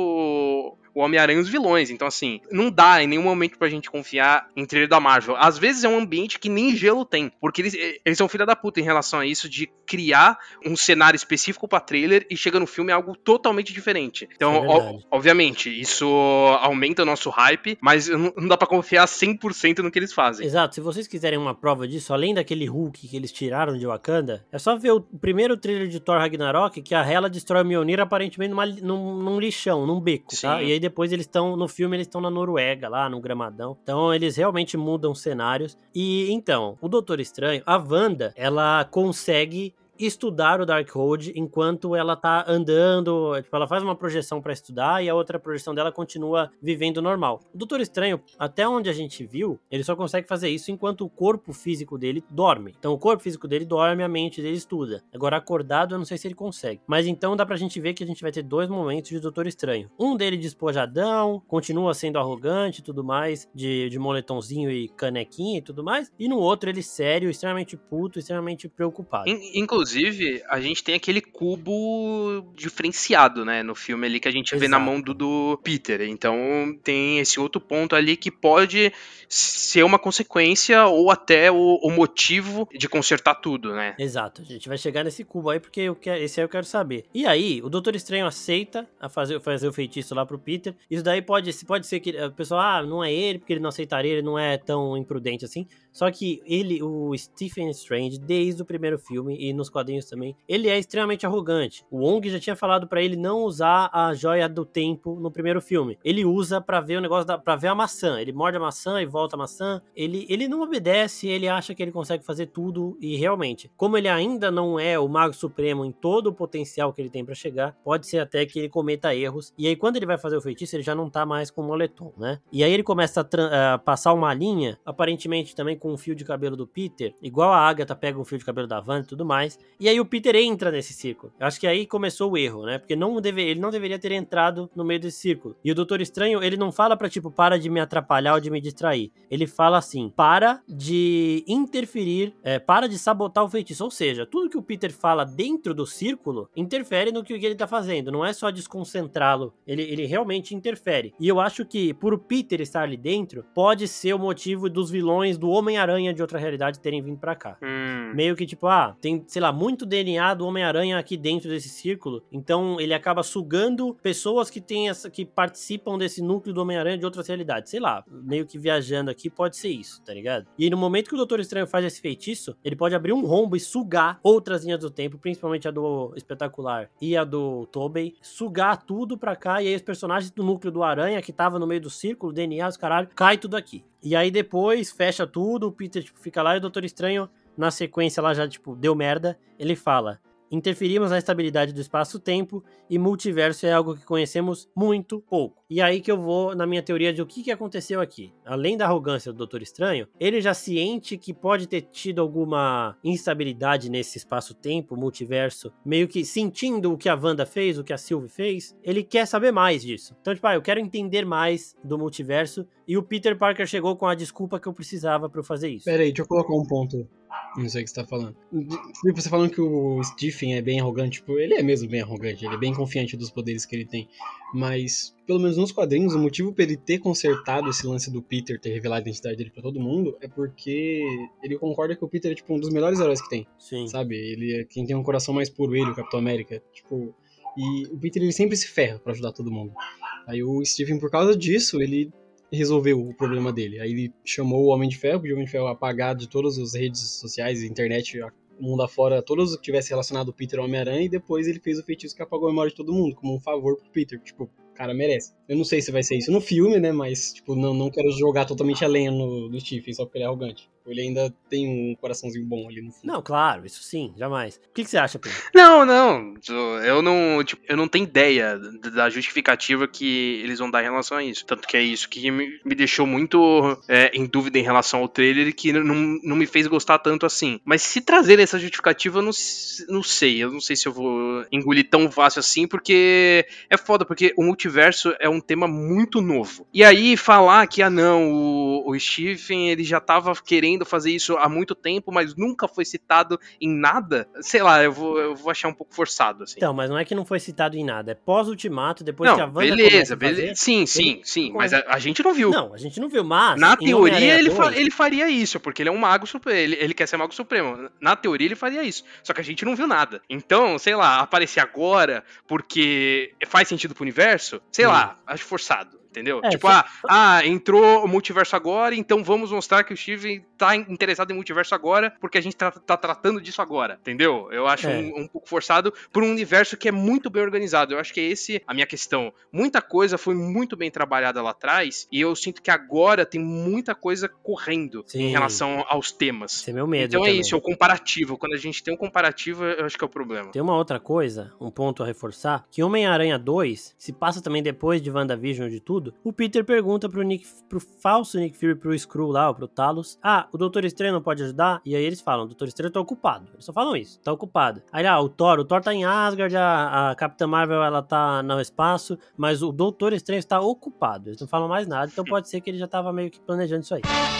o... o Homem-Aranha e os vilões. Então, assim, não dá em nenhum momento pra gente confiar em trailer da Marvel. Às vezes é um ambiente que nem gelo tem, porque eles, eles são filha da puta em relação a isso, de criar um cenário específico pra trailer e chega no filme é algo totalmente diferente. Então, é o, obviamente, isso aumenta o nosso hype, mas não, não dá pra confiar cem por cento no que eles fazem. Exato, se vocês quiserem uma prova disso, além daquele Hulk que eles tiraram de Wakanda, é só ver o primeiro trailer de Thor Ragnarok, que a Hela destrói o Mjolnir aparentemente numa, num, num lixão, num beco, Sim. tá? E aí depois eles estão, no filme eles estão na Noruega, lá no Gramadão. Então eles realmente mudam cenários. E então, o Doutor Estranho, a Wanda, ela consegue estudar o Darkhold enquanto ela tá andando, tipo, ela faz uma projeção pra estudar e a outra projeção dela continua vivendo normal. O Doutor Estranho, até onde a gente viu, ele só consegue fazer isso enquanto o corpo físico dele dorme. Então o corpo físico dele dorme, a mente dele estuda. Agora acordado, eu não sei se ele consegue. Mas então dá pra gente ver que a gente vai ter dois momentos de Doutor Estranho. Um dele despojadão, continua sendo arrogante e tudo mais, de, de moletomzinho e canequinha e tudo mais. E no outro ele sério, extremamente puto, extremamente preocupado. Inclusive, Inclusive, a gente tem aquele cubo diferenciado, né, no filme ali que a gente Exato. vê na mão do, do Peter. Então tem esse outro ponto ali que pode ser uma consequência ou até o, o motivo de consertar tudo, né? Exato, a gente vai chegar nesse cubo aí porque eu quero, esse aí eu quero saber. E aí, o Doutor Estranho aceita a fazer, fazer o feitiço lá pro Peter. Isso daí pode, pode ser que o pessoal, ah, não é ele porque ele não aceitaria, ele não é tão imprudente assim. Só que ele, o Stephen Strange, desde o primeiro filme e nos quadrinhos também, ele é extremamente arrogante. O Wong já tinha falado pra ele não usar a joia do tempo no primeiro filme. Ele usa pra ver o negócio, da, pra ver a maçã. Ele morde a maçã e volta a maçã. Ele, ele não obedece, ele acha que ele consegue fazer tudo e realmente, como ele ainda não é o Mago Supremo em todo o potencial que ele tem pra chegar, pode ser até que ele cometa erros. E aí quando ele vai fazer o feitiço, ele já não tá mais com o moletom, né? E aí ele começa a, a passar uma linha, aparentemente também com um fio de cabelo do Peter, igual a Agatha pega um fio de cabelo da Wanda e tudo mais. E aí o Peter entra nesse círculo. Eu acho que aí começou o erro, né? Porque não deve, ele não deveria ter entrado no meio desse círculo. E o Doutor Estranho, ele não fala pra, tipo, para de me atrapalhar ou de me distrair. Ele fala assim, para de interferir, é, para de sabotar o feitiço. Ou seja, tudo que o Peter fala dentro do círculo interfere no que ele tá fazendo. Não é só desconcentrá-lo. Ele, ele realmente interfere. E eu acho que, por o Peter estar ali dentro, pode ser o motivo dos vilões do Homem-Aranha de outra realidade terem vindo pra cá. Hum. Meio que tipo, ah, tem, sei lá, muito D N A do Homem-Aranha aqui dentro desse círculo, então ele acaba sugando pessoas que tem essa, que participam desse núcleo do Homem-Aranha de outras realidades, sei lá, meio que viajando aqui, pode ser isso, tá ligado? E aí, no momento que o Doutor Estranho faz esse feitiço, ele pode abrir um rombo e sugar outras linhas do tempo, principalmente a do Espetacular e a do Tobey, sugar tudo pra cá, e aí os personagens do núcleo do Aranha, que tava no meio do círculo, D N A, os caralho, cai tudo aqui. E aí depois fecha tudo, o Peter tipo, fica lá e o Doutor Estranho, na sequência lá já, tipo, deu merda, ele fala: interferimos na estabilidade do espaço-tempo e multiverso é algo que conhecemos muito pouco. E aí que eu vou na minha teoria de o que, que aconteceu aqui. Além da arrogância do Doutor Estranho, ele já ciente que pode ter tido alguma instabilidade nesse espaço-tempo, multiverso, meio que sentindo o que a Wanda fez, o que a Sylvie fez, ele quer saber mais disso. Então, tipo, ah, eu quero entender mais do multiverso, e o Peter Parker chegou com a desculpa que eu precisava pra eu fazer isso. Pera aí, deixa eu colocar um ponto. Não sei o que você tá falando. Você falando que o Stephen é bem arrogante, tipo, ele é mesmo bem arrogante, ele é bem confiante dos poderes que ele tem. Mas, pelo menos nos quadrinhos, o motivo pra ele ter consertado esse lance do Peter, ter revelado a identidade dele pra todo mundo, é porque ele concorda que o Peter é, tipo, um dos melhores heróis que tem. Sim. Sabe? Ele é quem tem um coração mais puro, ele, o Capitão América. Tipo, e o Peter, ele sempre se ferra pra ajudar todo mundo. Aí o Stephen, por causa disso, ele resolveu o problema dele. Aí ele chamou o Homem de Ferro, pediu o Homem de Ferro apagar de todas as redes sociais, internet, o mundo afora, todos os que tivesse relacionado o Peter ao Homem-Aranha, e depois ele fez o feitiço que apagou a memória de todo mundo, como um favor pro Peter. Tipo, O cara merece. Eu não sei se vai ser isso no filme, né? Mas, tipo, não, não quero jogar totalmente a lenha no, no Stephen, só porque ele é arrogante. Ele ainda tem um coraçãozinho bom ali no fundo. Não, claro, isso sim, jamais. O que, que você acha, Pedro? Não, não. Eu não, tipo, eu não tenho ideia da justificativa que eles vão dar em relação a isso. Tanto que é isso que me, me deixou muito é, em dúvida em relação ao trailer e que não, não me fez gostar tanto assim. Mas se trazer essa justificativa, eu não, não sei. Eu não sei se eu vou engolir tão fácil assim, porque é foda, porque o multiverso é um tema muito novo. E aí falar que, ah não, o, o Stephen, ele já tava querendo fazer isso há muito tempo, mas nunca foi citado em nada, sei lá, eu vou, eu vou achar um pouco forçado, assim. Então, mas não é que não foi citado em nada, é pós-Ultimato, depois não, que a Wanda beleza, começa a beleza. fazer, Sim, sim, ele, sim, ele mas começa... a, a gente não viu. Não, a gente não viu, mas... Na teoria, ele, fa dois... ele faria isso, porque ele é um mago supremo, ele, ele quer ser mago supremo. Na teoria, ele faria isso, só que a gente não viu nada. Então, sei lá, aparecer agora, porque faz sentido pro universo, sei sim. lá, acho forçado. Entendeu? É, tipo, só... ah, ah, entrou o multiverso agora, então vamos mostrar que o Steve tá interessado em multiverso agora, porque a gente tá, tá tratando disso agora, entendeu? Eu acho é. um, um pouco forçado por um universo que é muito bem organizado. Eu acho que é esse a minha questão. Muita coisa foi muito bem trabalhada lá atrás, e eu sinto que agora tem muita coisa correndo sim. em relação aos temas. Esse é meu medo então também. é isso, é o comparativo. Quando a gente tem um comparativo, eu acho que é o problema. Tem uma outra coisa, um ponto a reforçar, que Homem-Aranha dois se passa também depois de WandaVision de tudo. O Peter pergunta pro, Nick, pro falso Nick Fury, pro Skrull lá, ou pro Talos, ah, o Doutor Estranho não pode ajudar? E aí eles falam, o Doutor Estranho tá ocupado. Eles só falam isso, tá ocupado. Aí, ah, o Thor, o Thor tá em Asgard, a, a Capitã Marvel, ela tá no espaço, mas o Doutor Estranho está ocupado. Eles não falam mais nada, então pode ser que ele já tava meio que planejando isso aí.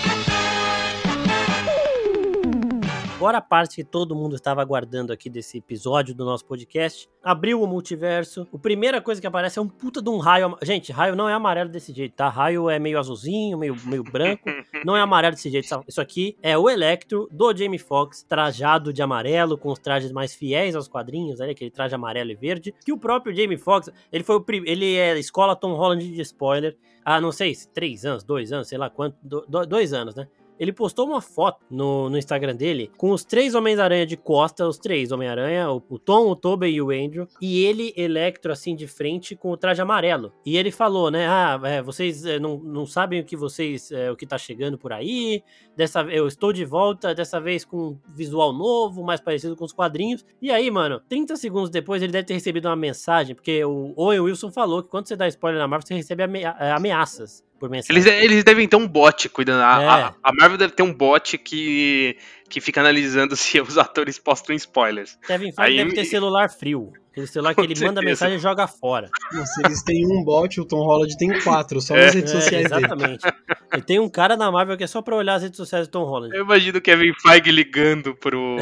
Agora a parte que todo mundo estava aguardando aqui desse episódio do nosso podcast, abriu o multiverso, a primeira coisa que aparece é um puta de um raio, gente, raio não é amarelo desse jeito, tá? Raio é meio azulzinho, meio, meio branco, não é amarelo desse jeito, isso aqui é o Electro do Jamie Foxx, trajado de amarelo, com os trajes mais fiéis aos quadrinhos, né? Aquele traje amarelo e verde, que o próprio Jamie Foxx, ele foi o prim... ele é escola Tom Holland de spoiler, há não sei, três anos, dois anos, sei lá quanto, do, dois anos, né? Ele postou uma foto no, no Instagram dele com os três Homens-Aranha de costa, os três Homem-Aranha, o, o Tom, o Tobey e o Andrew, e ele, Electro, assim, de frente com o traje amarelo. E ele falou, né, ah, é, vocês é, não, não sabem o que vocês, é, o que tá chegando por aí, dessa, eu estou de volta, dessa vez com um visual novo, mais parecido com os quadrinhos. E aí, mano, trinta segundos depois ele deve ter recebido uma mensagem, porque o Owen Wilson falou que quando você dá spoiler na Marvel, você recebe amea- ameaças. Eles, eles devem ter um bot cuidando. A, é. a, a Marvel deve ter um bot que, que fica analisando se os atores postam spoilers. Kevin Feige deve ter celular frio. Aquele celular que ele certeza. Manda mensagem e joga fora. Não, se eles têm um bot, o Tom Holland tem quatro, só é. nas redes sociais é, exatamente. dele. Exatamente. E tem um cara na Marvel que é só pra olhar as redes sociais do Tom Holland. Eu imagino o Kevin Feige ligando pro...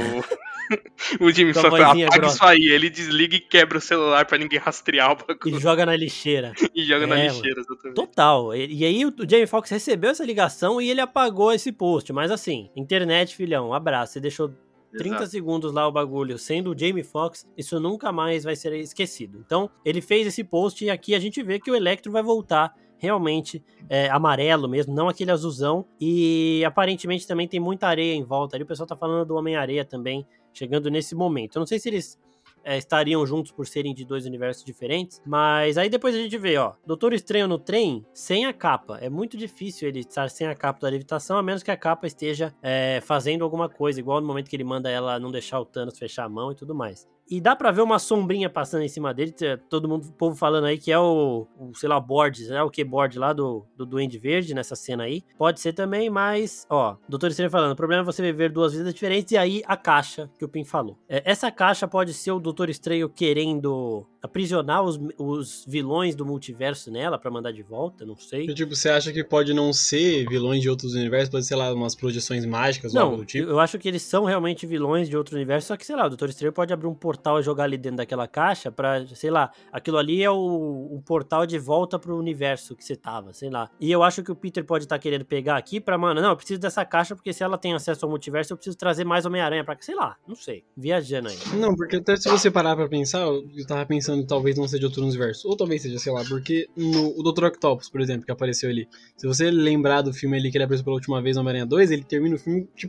o Jimmy só fala, apaga grossa. Isso aí. Ele desliga e quebra o celular pra ninguém rastrear o bagulho. E joga na lixeira. e joga é, na lixeira, exatamente. Total. E aí o Jamie Foxx recebeu essa ligação e ele apagou esse post. Mas assim, internet, filhão, um abraço. Você deixou trinta Exato. Segundos lá o bagulho sendo o Jamie Foxx, isso nunca mais vai ser esquecido. Então, ele fez esse post e aqui a gente vê que o Electro vai voltar realmente é, amarelo mesmo, não aquele azulzão. E aparentemente também tem muita areia em volta. Ali o pessoal tá falando do Homem-Areia também, chegando nesse momento. Eu não sei se eles é, estariam juntos por serem de dois universos diferentes, mas aí depois a gente vê, ó, Doutor Estranho no trem, sem a capa. É muito difícil ele estar sem a capa da levitação, a menos que a capa esteja é, fazendo alguma coisa, igual no momento que ele manda ela não deixar o Thanos fechar a mão e tudo mais. E dá pra ver uma sombrinha passando em cima dele, todo mundo, o povo falando aí que é o, o sei lá, board, né, o keyboard lá do, do Duende Verde nessa cena aí. Pode ser também, mas, ó, Doutor Estranho falando, o problema é você viver duas vidas diferentes, e aí a caixa que o Pim falou. É, essa caixa pode ser o Doutor Estranho querendo aprisionar os, os vilões do multiverso nela pra mandar de volta, não sei. E, tipo, você acha que pode não ser vilões de outros universos, pode ser lá umas projeções mágicas não, ou algo do tipo? Eu acho que eles são realmente vilões de outro universo, só que, sei lá, o Doutor Estranho pode abrir um portal e jogar ali dentro daquela caixa pra, sei lá, aquilo ali é o, o portal de volta pro universo que você tava, sei lá. E eu acho que o Peter pode estar tá querendo pegar aqui pra, mano, não, eu preciso dessa caixa porque se ela tem acesso ao multiverso, eu preciso trazer mais Homem-Aranha pra cá, sei lá, não sei, viajando aí. Não, porque até se você parar pra pensar, eu tava pensando talvez não seja de outro universo, ou talvez seja, sei lá, porque no, o doutor Octopus, por exemplo, que apareceu ali, se você lembrar do filme ali que ele apareceu pela última vez no Homem-Aranha dois, ele termina o filme, tipo,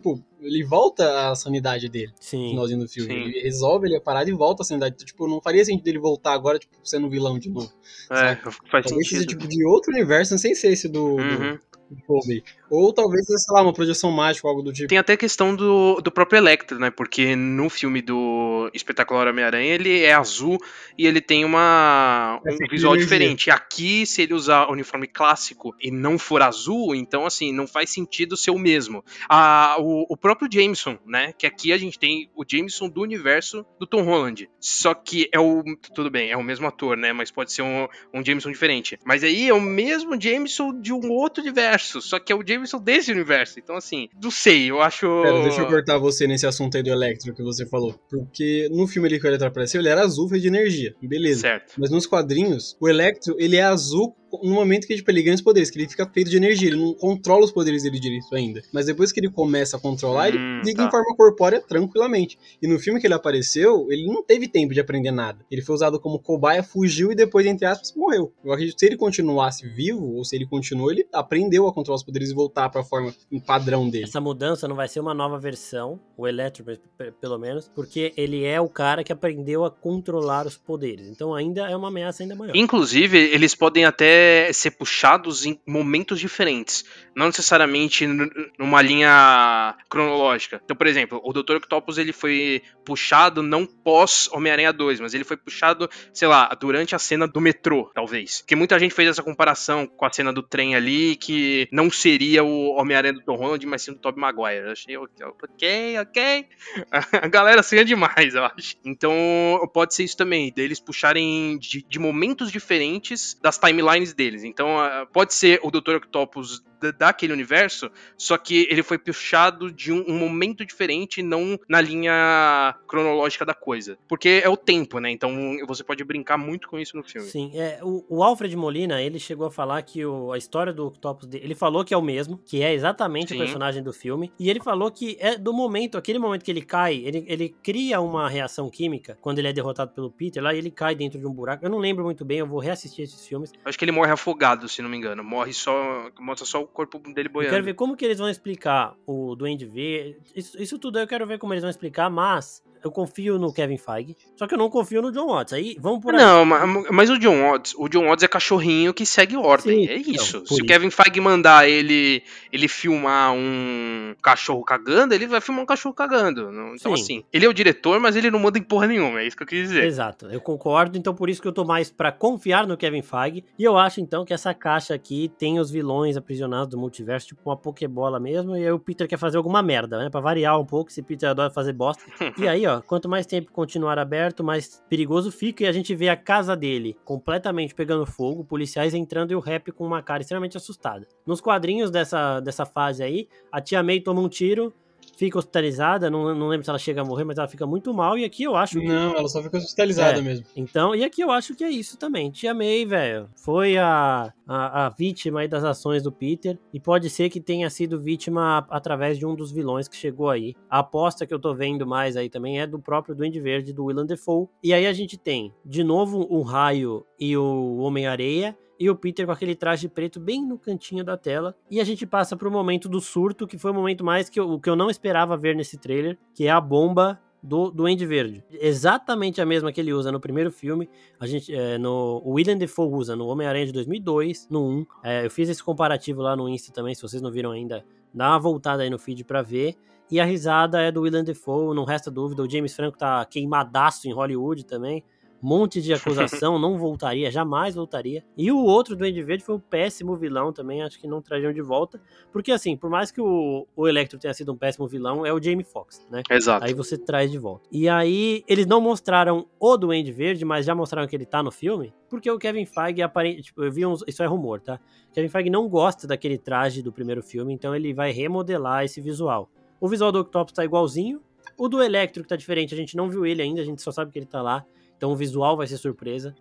ele volta à sanidade dele. Sim. No finalzinho do filme. Sim. Ele resolve, ele é parado e volta à sanidade. Então, tipo, não faria sentido ele voltar agora, tipo, sendo vilão de novo. É, sabe? faz Talvez seja sentido. tipo de outro universo, não sei se é esse do, Uhum. do, do Kobe. Ou talvez, sei lá, uma projeção mágica, algo do tipo. Tem até a questão do, do próprio Electro, né? Porque no filme do Espetacular Homem-Aranha ele é azul e ele tem uma, um Essa visual energia. diferente. Aqui, se ele usar uniforme clássico e não for azul, então assim, não faz sentido ser o mesmo. Ah, o, o próprio Jameson, né? Que aqui a gente tem o Jameson do universo do Tom Holland. Só que é o. Tudo bem, é o mesmo ator, né? Mas pode ser um, um Jameson diferente. Mas aí é o mesmo Jameson de um outro universo. Só que é o Jameson desse universo. Então, assim, não sei, eu acho. Pera, deixa eu cortar você nesse assunto aí do Electro que você falou. Porque no filme ali que o Electro apareceu, ele era azul, feito de energia. Beleza. Certo. Mas nos quadrinhos, o Electro, ele é azul no momento que tipo, ele ganha os poderes, que ele fica feito de energia, ele não controla os poderes dele direito ainda. Mas depois que ele começa a controlar, ele Hum, liga tá. em forma corpórea tranquilamente. E no filme que ele apareceu, ele não teve tempo de aprender nada. Ele foi usado como cobaia, fugiu e depois, entre aspas, morreu. Eu acredito que se ele continuasse vivo, ou se ele continuou, ele aprendeu a controlar os poderes e voltar pra forma, um padrão dele. Essa mudança não vai ser uma nova versão, o Electro, pe- pe- pelo menos, porque ele é o cara que aprendeu a controlar os poderes. Então ainda é uma ameaça ainda maior. Inclusive, eles podem até ser puxados em momentos diferentes. Não necessariamente n- numa linha cronológica. Então, por exemplo, o doutor Octopus ele foi puxado não pós Homem-Aranha dois, mas ele foi puxado, sei lá, durante a cena do metrô, talvez. Porque muita gente fez essa comparação com a cena do trem ali, que não seria o Homem-Aranha do Tom Holland, mas sim do Tobey Maguire. Eu achei, ok, ok. A galera assim demais, eu acho. Então, pode ser isso também, deles puxarem de, de momentos diferentes das timelines deles. Então, uh, pode ser o doutor Octopus da, daquele universo, só que ele foi puxado de um, um momento diferente, não na linha cronológica da coisa. Porque é o tempo, né? Então, você pode brincar muito com isso no filme. Sim, é, o, o Alfred Molina, ele chegou a falar que o, a história do Octopus, dele, ele falou que é o mesmo, que é exatamente Sim. o personagem do filme, e ele falou que é do momento, aquele momento que ele cai, ele, ele cria uma reação química, quando ele é derrotado pelo Peter, lá e ele cai dentro de um buraco. Eu não lembro muito bem, eu vou reassistir esses filmes. Acho que ele morre afogado, se não me engano. Morre só, mostra só o corpo dele Eu boiando. quero ver como que eles vão explicar o Duende Verde, isso, isso tudo eu quero ver como eles vão explicar, mas eu confio no Kevin Feige, só que eu não confio no John Watts, aí vamos por aí. Não, ma- mas o John Watts, o John Watts é cachorrinho que segue ordem, Sim, é isso. não, por Se o isso. Kevin Feige mandar ele, ele filmar um cachorro cagando, ele vai filmar um cachorro cagando. Não- Então, Sim. assim, ele é o diretor, mas ele não manda em porra nenhuma, é isso que eu quis dizer. Exato, eu concordo, então por isso que eu tô mais pra confiar no Kevin Feige, e eu acho então que essa caixa aqui tem os vilões aprisionados do multiverso, tipo uma pokebola mesmo, e aí o Peter quer fazer alguma merda, né, pra variar um pouco, esse Peter adora fazer bosta. E aí, ó, quanto mais tempo continuar aberto, mais perigoso fica, e a gente vê a casa dele completamente pegando fogo, policiais entrando e o Rap com uma cara extremamente assustada. Nos quadrinhos dessa, dessa fase aí, a Tia May toma um tiro, fica hospitalizada, não, não lembro se ela chega a morrer, mas ela fica muito mal, e aqui eu acho que... Não, ela só fica hospitalizada É. mesmo. Então, e aqui eu acho que é isso também. Tia May, velho, foi a, a, a vítima aí das ações do Peter, e pode ser que tenha sido vítima através de um dos vilões que chegou aí. A aposta que eu tô vendo mais aí também é do próprio Duende Verde, do Willem Dafoe. E aí a gente tem, de novo, o Raio e o Homem-Areia, e o Peter com aquele traje preto bem no cantinho da tela. E a gente passa pro momento do surto, que foi o momento mais que eu, que eu não esperava ver nesse trailer, que é a bomba do Duende Verde. Exatamente a mesma que ele usa no primeiro filme. A gente, é, no, o Willem Dafoe usa no Homem-Aranha de dois mil e dois, no um. É, eu fiz esse comparativo lá no Insta também, se vocês não viram ainda, dá uma voltada aí no feed pra ver. E a risada é do Willem Dafoe, não resta dúvida. O James Franco tá queimadaço em Hollywood também. Monte de acusação, não voltaria, jamais voltaria. E o outro Duende Verde foi um péssimo vilão também, acho que não trariam de volta. Porque assim, por mais que o, o Electro tenha sido um péssimo vilão, é o Jamie Foxx, né? Exato. Aí você traz de volta. E aí, eles não mostraram o Duende Verde, mas já mostraram que ele tá no filme, porque o Kevin Feige, aparente, tipo, eu vi uns, isso é rumor, tá? O Kevin Feige não gosta daquele traje do primeiro filme, então ele vai remodelar esse visual. O visual do Octopus tá igualzinho, o do Electro que tá diferente, a gente não viu ele ainda, a gente só sabe que ele tá lá. Então o visual vai ser surpresa.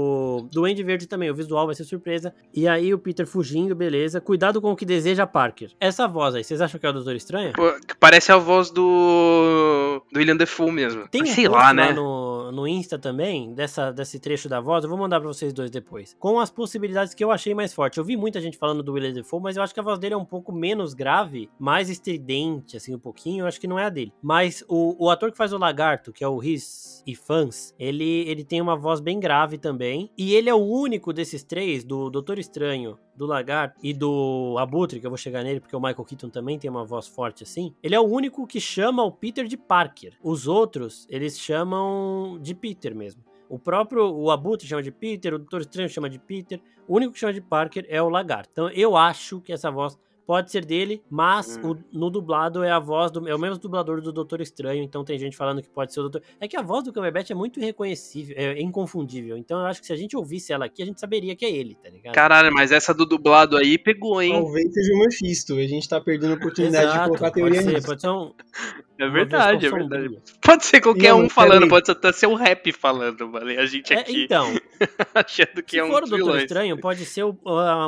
O Duende Verde também, o visual vai ser surpresa. E aí o Peter fugindo, beleza. Cuidado com o que deseja Parker. Essa voz aí, vocês acham que é o Doutor Estranho? Pô, parece a voz do do William Dafoe mesmo. Tem um Sei post lá, né? no, no, no Insta também, dessa, desse trecho da voz, eu vou mandar pra vocês dois depois, com as possibilidades que eu achei mais fortes. Eu vi muita gente falando do Willem Dafoe, mas eu acho que a voz dele é um pouco menos grave, mais estridente, assim, um pouquinho, eu acho que não é a dele. Mas o, o ator que faz o Lagarto, que é o Rhys Ifans, ele, ele tem uma voz bem grave também, e ele é o único desses três, do Doutor Estranho, do Lagarto e do Abutre, que eu vou chegar nele porque o Michael Keaton também tem uma voz forte assim, ele é o único que chama o Peter de Parker. Os outros, eles chamam de Peter mesmo. O próprio, o Abutre chama de Peter, o Doutor Estranho chama de Peter, o único que chama de Parker é o Lagarto. Então eu acho que essa voz pode ser dele, mas hum. o, no dublado é a voz do... É o mesmo dublador do Doutor Estranho, então tem gente falando que pode ser o Doutor... É que a voz do Cumberbatch é muito irreconhecível, é inconfundível. Então eu acho que se a gente ouvisse ela aqui, a gente saberia que é ele, tá ligado? Caralho, mas essa do dublado aí pegou, hein? Talvez seja o Mephisto. A gente tá perdendo a oportunidade Exato, de colocar a teoria pode ser, nisso. pode ser um... É verdade, é verdade. Pode ser qualquer Não, um falando, aí. pode até ser um rap falando, mano. E a gente É, aqui então, achando que se é um for o dos Doutor vilões. Estranho, pode ser o-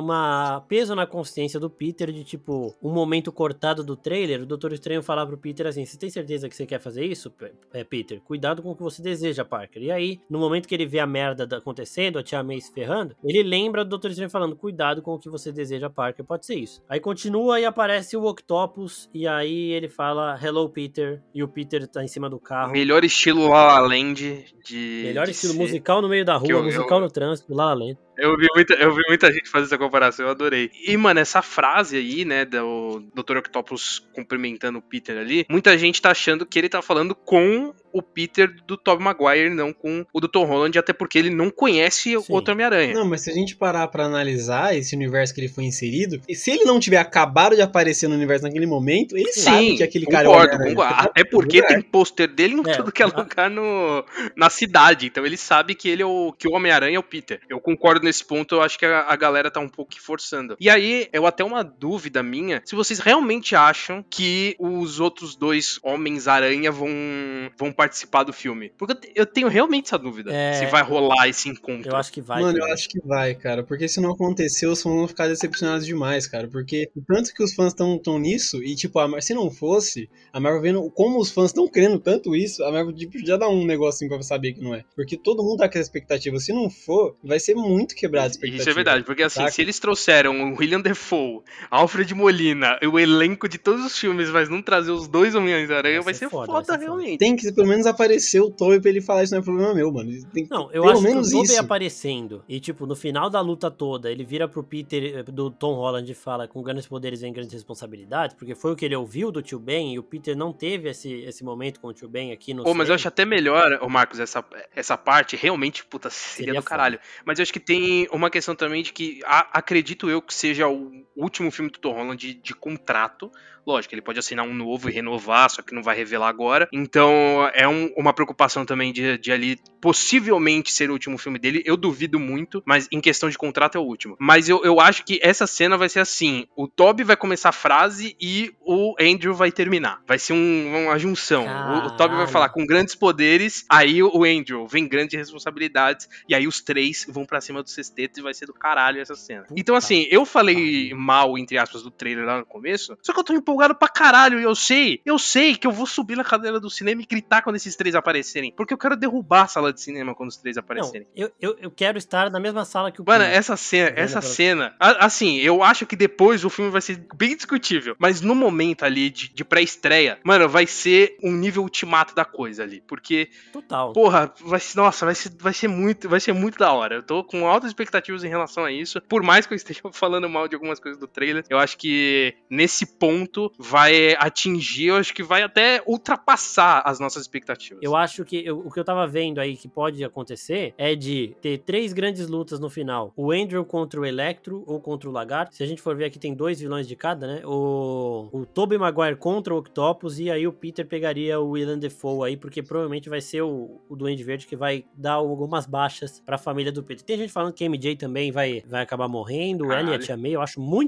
uma peso na consciência do Peter de, tipo, um momento cortado do trailer, o Doutor Estranho falar pro Peter assim, você tem certeza que você quer fazer isso, Pe- é, Peter? Cuidado com o que você deseja, Parker. E aí, no momento que ele vê a merda da- acontecendo, a Tia May se ferrando, ele lembra do Doutor Estranho falando, cuidado com o que você deseja, Parker. Pode ser isso. Aí continua e aparece o Octopus, e aí ele fala, hello, Peter, e o Peter tá em cima do carro. Melhor estilo La La Land de. Melhor de estilo ser. musical no meio da rua, eu- musical eu- no trânsito, La La Land. Eu vi, muita, eu vi muita gente fazer essa comparação, eu adorei. E, mano, essa frase aí, né, do doutor Octopus cumprimentando o Peter ali, muita gente tá achando que ele tá falando com o Peter do Tobey Maguire, não com o do Tom Holland, até porque ele não conhece o Sim. outro Homem-Aranha. Não, mas se a gente parar pra analisar esse universo que ele foi inserido, e se ele não tiver acabado de aparecer no universo naquele momento, ele Sim, sabe que aquele cara é o concordo, Homem-Aranha. concordo. Tá Até porque lugar. tem pôster dele em É, tudo que é a- lugar no, na cidade, então ele sabe que ele é o que o Homem-Aranha é o Peter. Eu concordo nesse ponto, eu acho que a, a galera tá um pouco forçando. E aí, eu até uma dúvida minha, se vocês realmente acham que os outros dois Homens-Aranha vão, vão participar do filme. Porque eu te- eu tenho realmente essa dúvida, É. se vai rolar esse encontro. Eu acho que vai. Mano, eu também. acho que vai, cara. Porque se não acontecer, os fãs vão ficar decepcionados demais, cara. Porque o tanto que os fãs estão tão nisso, e tipo, a Mar- se não fosse, a Marvel vendo como os fãs estão querendo tanto isso, a Marvel tipo, já dá um negocinho pra saber que não é. Porque todo mundo tá com essa expectativa. Se não for, vai ser muito quebrada a expectativa. Isso é verdade, porque assim, Saca? se eles trouxeram o William Dafoe, Alfred Molina, o elenco de todos os filmes, mas não trazer os dois Homens-Aranha, vai, Vai ser ser foda, foda, vai ser foda. realmente. Tem que pelo menos aparecer o Tobey pra ele falar isso não é problema meu, mano. Tem que Não, ter eu pelo acho que o menos Tobey isso. aparecendo e, tipo, no final da luta toda, ele vira pro Peter eh, do Tom Holland e fala com grandes poderes vem grandes responsabilidades, porque foi o que ele ouviu do tio Ben e o Peter não teve esse, esse momento com o tio Ben aqui no Pô, mas eu cinema. acho até melhor, ô Marcos, essa, essa parte realmente, puta, seria, Seria do caralho. Mas eu acho que tem uma questão também de que a- acredito eu que seja o último filme do Tom Holland de, de contrato. Lógico, ele pode assinar um novo e renovar, só que não vai revelar agora. Então, é um- uma preocupação também de, de ali possivelmente ser o último filme dele. Eu duvido muito, mas em questão de contrato é o último. Mas eu, eu acho que essa cena vai ser assim: o Tobey vai começar a frase e o Andrew vai terminar. Vai ser um- uma junção. O, o Tobey vai Caralho. falar com grandes poderes, aí o Andrew vem grandes responsabilidades, e aí os três vão pra cima do sexteto e vai ser do caralho essa cena. Puta Então, assim, eu falei pariu. mal, entre aspas, do trailer lá no começo, só que eu tô empolgado pra caralho, e eu sei, eu sei que eu vou subir na cadeira do cinema e gritar quando esses três aparecerem, porque eu quero derrubar a sala de cinema quando os três Não, aparecerem. eu, eu, eu quero estar na mesma sala que o Mano, Peter. essa cena, Vendo essa pela- cena, a- assim, eu acho que depois o filme vai ser bem discutível, mas no momento ali de, de pré-estreia, mano, vai ser um nível ultimato da coisa ali, porque, Total. porra, vai ser, nossa, vai ser, vai ser muito, vai ser muito da hora. Eu tô com altas expectativas em relação a isso, por mais que eu esteja falando mal de algumas coisas do trailer, eu acho que nesse ponto vai atingir, eu acho que vai até ultrapassar as nossas expectativas. Eu acho que eu- o que eu tava vendo aí que pode acontecer é de ter três grandes lutas no final. O Andrew contra o Electro ou contra o Lagarto. Se a gente for ver aqui, tem dois vilões de cada, né? O, o Tobey Maguire contra o Octopus e aí o Peter pegaria o Willem Dafoe aí, porque provavelmente vai ser o, o Duende Verde que vai dar algumas baixas pra família do Peter. Tem gente falando que a M J também vai, vai acabar morrendo, o Caralho. Elliot e a May, eu acho muito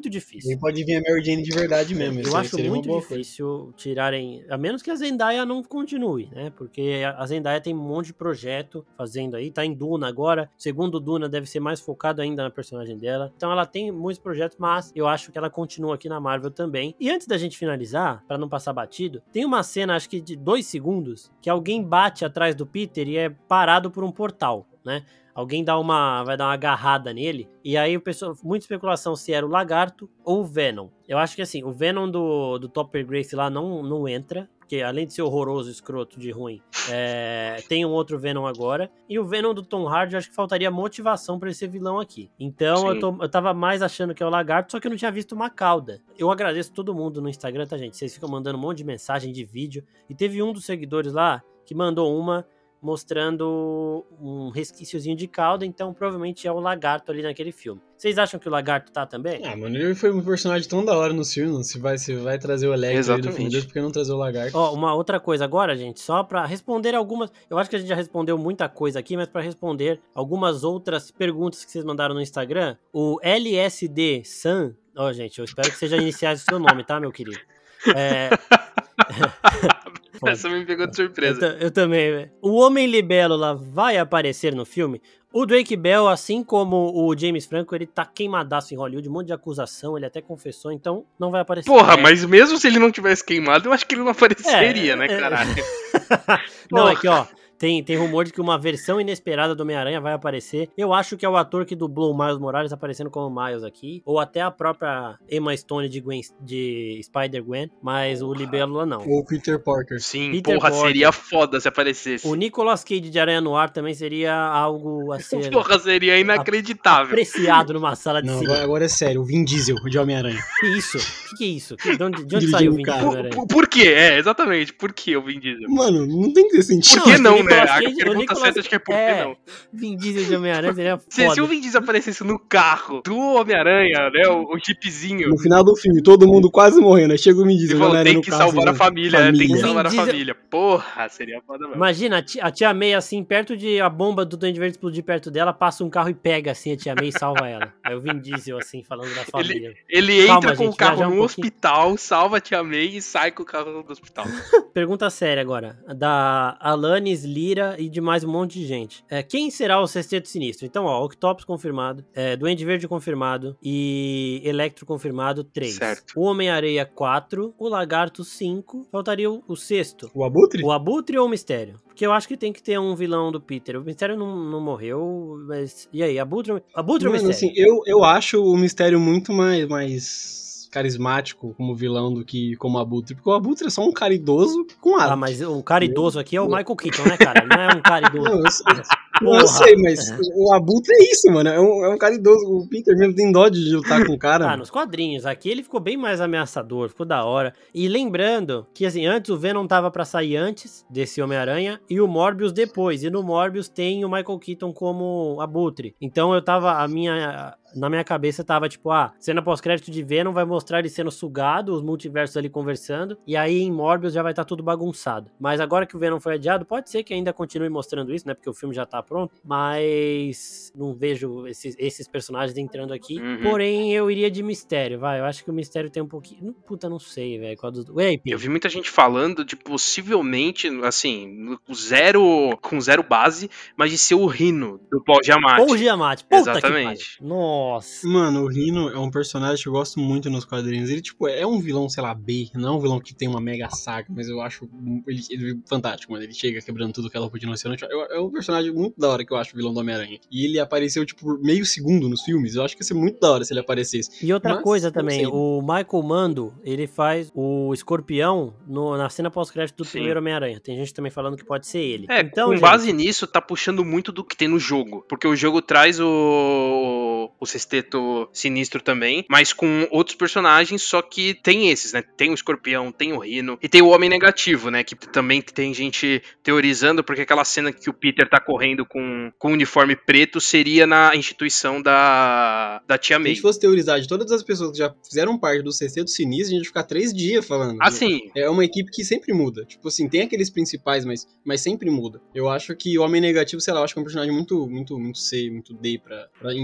muito difícil. E pode vir a Mary Jane de verdade mesmo. Eu acho muito difícil tirarem, a menos que a Zendaya não continue, né? Porque a Zendaya tem um monte de projeto fazendo aí, tá em Duna agora, segundo Duna deve ser mais focado ainda na personagem dela. Então ela tem muitos projetos, mas eu acho que ela continua aqui na Marvel também. E antes da gente finalizar, pra não passar batido, tem uma cena, acho que de dois segundos, que alguém bate atrás do Peter e é parado por um portal, né? Alguém dá uma, vai dar uma agarrada nele, e aí o pessoal, muita especulação se era o Lagarto ou o Venom. Eu acho que assim, o Venom do, do Topper Grace lá não, não entra, porque além de ser horroroso, escroto, de ruim, é, tem um outro Venom agora, e o Venom do Tom Hardy, eu acho que faltaria motivação pra ele ser vilão aqui. Então eu, tô, eu tava mais achando que é o Lagarto, só que eu não tinha visto uma cauda. Eu agradeço todo mundo no Instagram, tá, gente? Vocês ficam mandando um monte de mensagem, de vídeo, e teve um dos seguidores lá que mandou uma mostrando um resquíciozinho de cauda, então provavelmente é o Lagarto ali naquele filme. Vocês acham que o Lagarto tá também? Ah, mano, ele foi um personagem tão da hora nos filmes, se vai, se vai trazer o Electro aí do filme dele, por que não trazer o Lagarto? Ó, uma outra coisa agora, gente, só pra responder algumas, eu acho que a gente já respondeu muita coisa aqui, mas pra responder algumas outras perguntas que vocês mandaram no Instagram, o L S D San, ó, gente, eu espero que seja iniciado o seu nome, tá, meu querido? É... Essa me pegou de surpresa. Eu, eu também, velho. O Homem-Libélula vai aparecer no filme? O Drake Bell, assim como o James Franco, ele tá queimadaço em Hollywood, um monte de acusação, ele até confessou, então não vai aparecer. Porra, é. Mas mesmo se ele não tivesse queimado, eu acho que ele não apareceria, é, né, caralho? É... não, é que, ó, Tem, tem rumor de que uma versão inesperada do Homem-Aranha vai aparecer. Eu acho que é o ator que dublou o Miles Morales aparecendo como Miles aqui. Ou até a própria Emma Stone de, Gwen, de Spider-Gwen. Mas porra. O Libélula não. Ou Peter Parker. Sim, Peter porra, Parker. Seria foda se aparecesse. O Nicolas Cage de Aranha no Ar também seria algo a ser... Porra, seria inacreditável. Apreciado numa sala de não, cinema. Agora, agora é sério, o Vin Diesel de Homem-Aranha. Que isso? Que que é isso? Que, de onde, de onde saiu o Vin Diesel? Por, por, por quê? É, exatamente. Por que o Vin Diesel? Mano, não tem que ter sentido. Por que não, né? Cage, A pergunta Nicolas... certa acho que é por é, que não. Vin Diesel de Homem-Aranha seria foda. Se, se o Vin Diesel aparecesse no carro do Homem-Aranha, né, o, o jeepzinho... No final do filme, todo mundo quase morrendo, aí chega o Vin Diesel. Falou, tem que carro, salvar assim, a família, família. tem que salvar Diesel... a família. Porra, seria foda mesmo. Imagina, a tia, a tia May, assim, perto de a bomba do Duende Verde explodir perto dela, passa um carro e pega, assim, a tia May e salva ela. Aí o Vin Diesel, assim, falando da família. Ele, ele Calma, entra com gente, o carro um no hospital, salva a tia May e sai com o carro do hospital. Pergunta séria agora, da Alanis, Lira e de mais um monte de gente. É, quem será o Sexteto Sinistro? Então, ó, Octopus confirmado, é, Duende Verde confirmado e Electro confirmado, três. Certo. O Homem-Areia, quatro. O Lagarto, cinco. Faltaria o, o sexto. O Abutre? O Abutre ou o Mistério? Porque eu acho que tem que ter um vilão do Peter. O Mistério não, não morreu, mas... E aí, Abutre, Abutre ou Mistério? Assim, eu, eu acho o Mistério muito mais... mais... carismático como vilão do que como Abutre, porque o Abutre é só um cara idoso com arte. Ah, mas o cara idoso aqui é o Michael Keaton, né, cara? Ele não é um cara idoso. Não, eu sei, não, eu sei mas o Abutre é isso, mano, é um, é um cara idoso, o Peter mesmo tem dó de lutar com o cara. Ah, mano. nos quadrinhos, aqui ele ficou bem mais ameaçador, ficou da hora. E lembrando que, assim, antes o Venom tava pra sair antes desse Homem-Aranha e o Morbius depois, e no Morbius tem o Michael Keaton como Abutre. Então eu tava, a minha... Na minha cabeça tava tipo, ah, cena pós-crédito de Venom vai mostrar ele sendo sugado, os multiversos ali conversando, e aí em Morbius já vai estar tá tudo bagunçado. Mas agora que o Venom foi adiado, pode ser que ainda continue mostrando isso, né, porque o filme já tá pronto, mas não vejo esses, esses personagens entrando aqui. Uhum. Porém, eu iria de Mistério, vai, eu acho que o Mistério tem um pouquinho... Puta, não sei, velho. Eu vi muita gente falando de possivelmente, assim, zero, com zero base, mas de ser o Rhino do Paul Giamatti. Ou o Giamatti, puta exatamente. Que Nossa. Mano, o Rhino é um personagem que eu gosto muito nos quadrinhos. Ele, tipo, é um vilão, sei lá, B. Não é um vilão que tem uma mega saga, mas eu acho ele, ele fantástico, mano. Ele chega quebrando tudo que ela pode noção. É um personagem muito da hora que eu acho o vilão do Homem-Aranha. E ele apareceu, tipo, por meio segundo nos filmes. Eu acho que ia ser muito da hora se ele aparecesse. E outra mas, coisa também, o Michael Mando, ele faz o Escorpião no, na cena pós-crédito do Sim. primeiro Homem-Aranha. Tem gente também falando que pode ser ele. É, então, com gente... base nisso, tá puxando muito do que tem no jogo. Porque o jogo traz o... o Sexteto Sinistro também, mas com outros personagens, só que tem esses, né? Tem o Escorpião, tem o Rhino, e tem o Homem Negativo, né? Que também tem gente teorizando, porque aquela cena que o Peter tá correndo com, com o uniforme preto seria na instituição da, da Tia May. Se a gente fosse teorizar de todas as pessoas que já fizeram parte do Sexteto Sinistro, a gente ia ficar três dias falando. Assim. É uma equipe que sempre muda. Tipo assim, tem aqueles principais, mas, mas sempre muda. Eu acho que o Homem Negativo, sei lá, eu acho que é um personagem muito, muito, muito C, muito D pra, pra integrar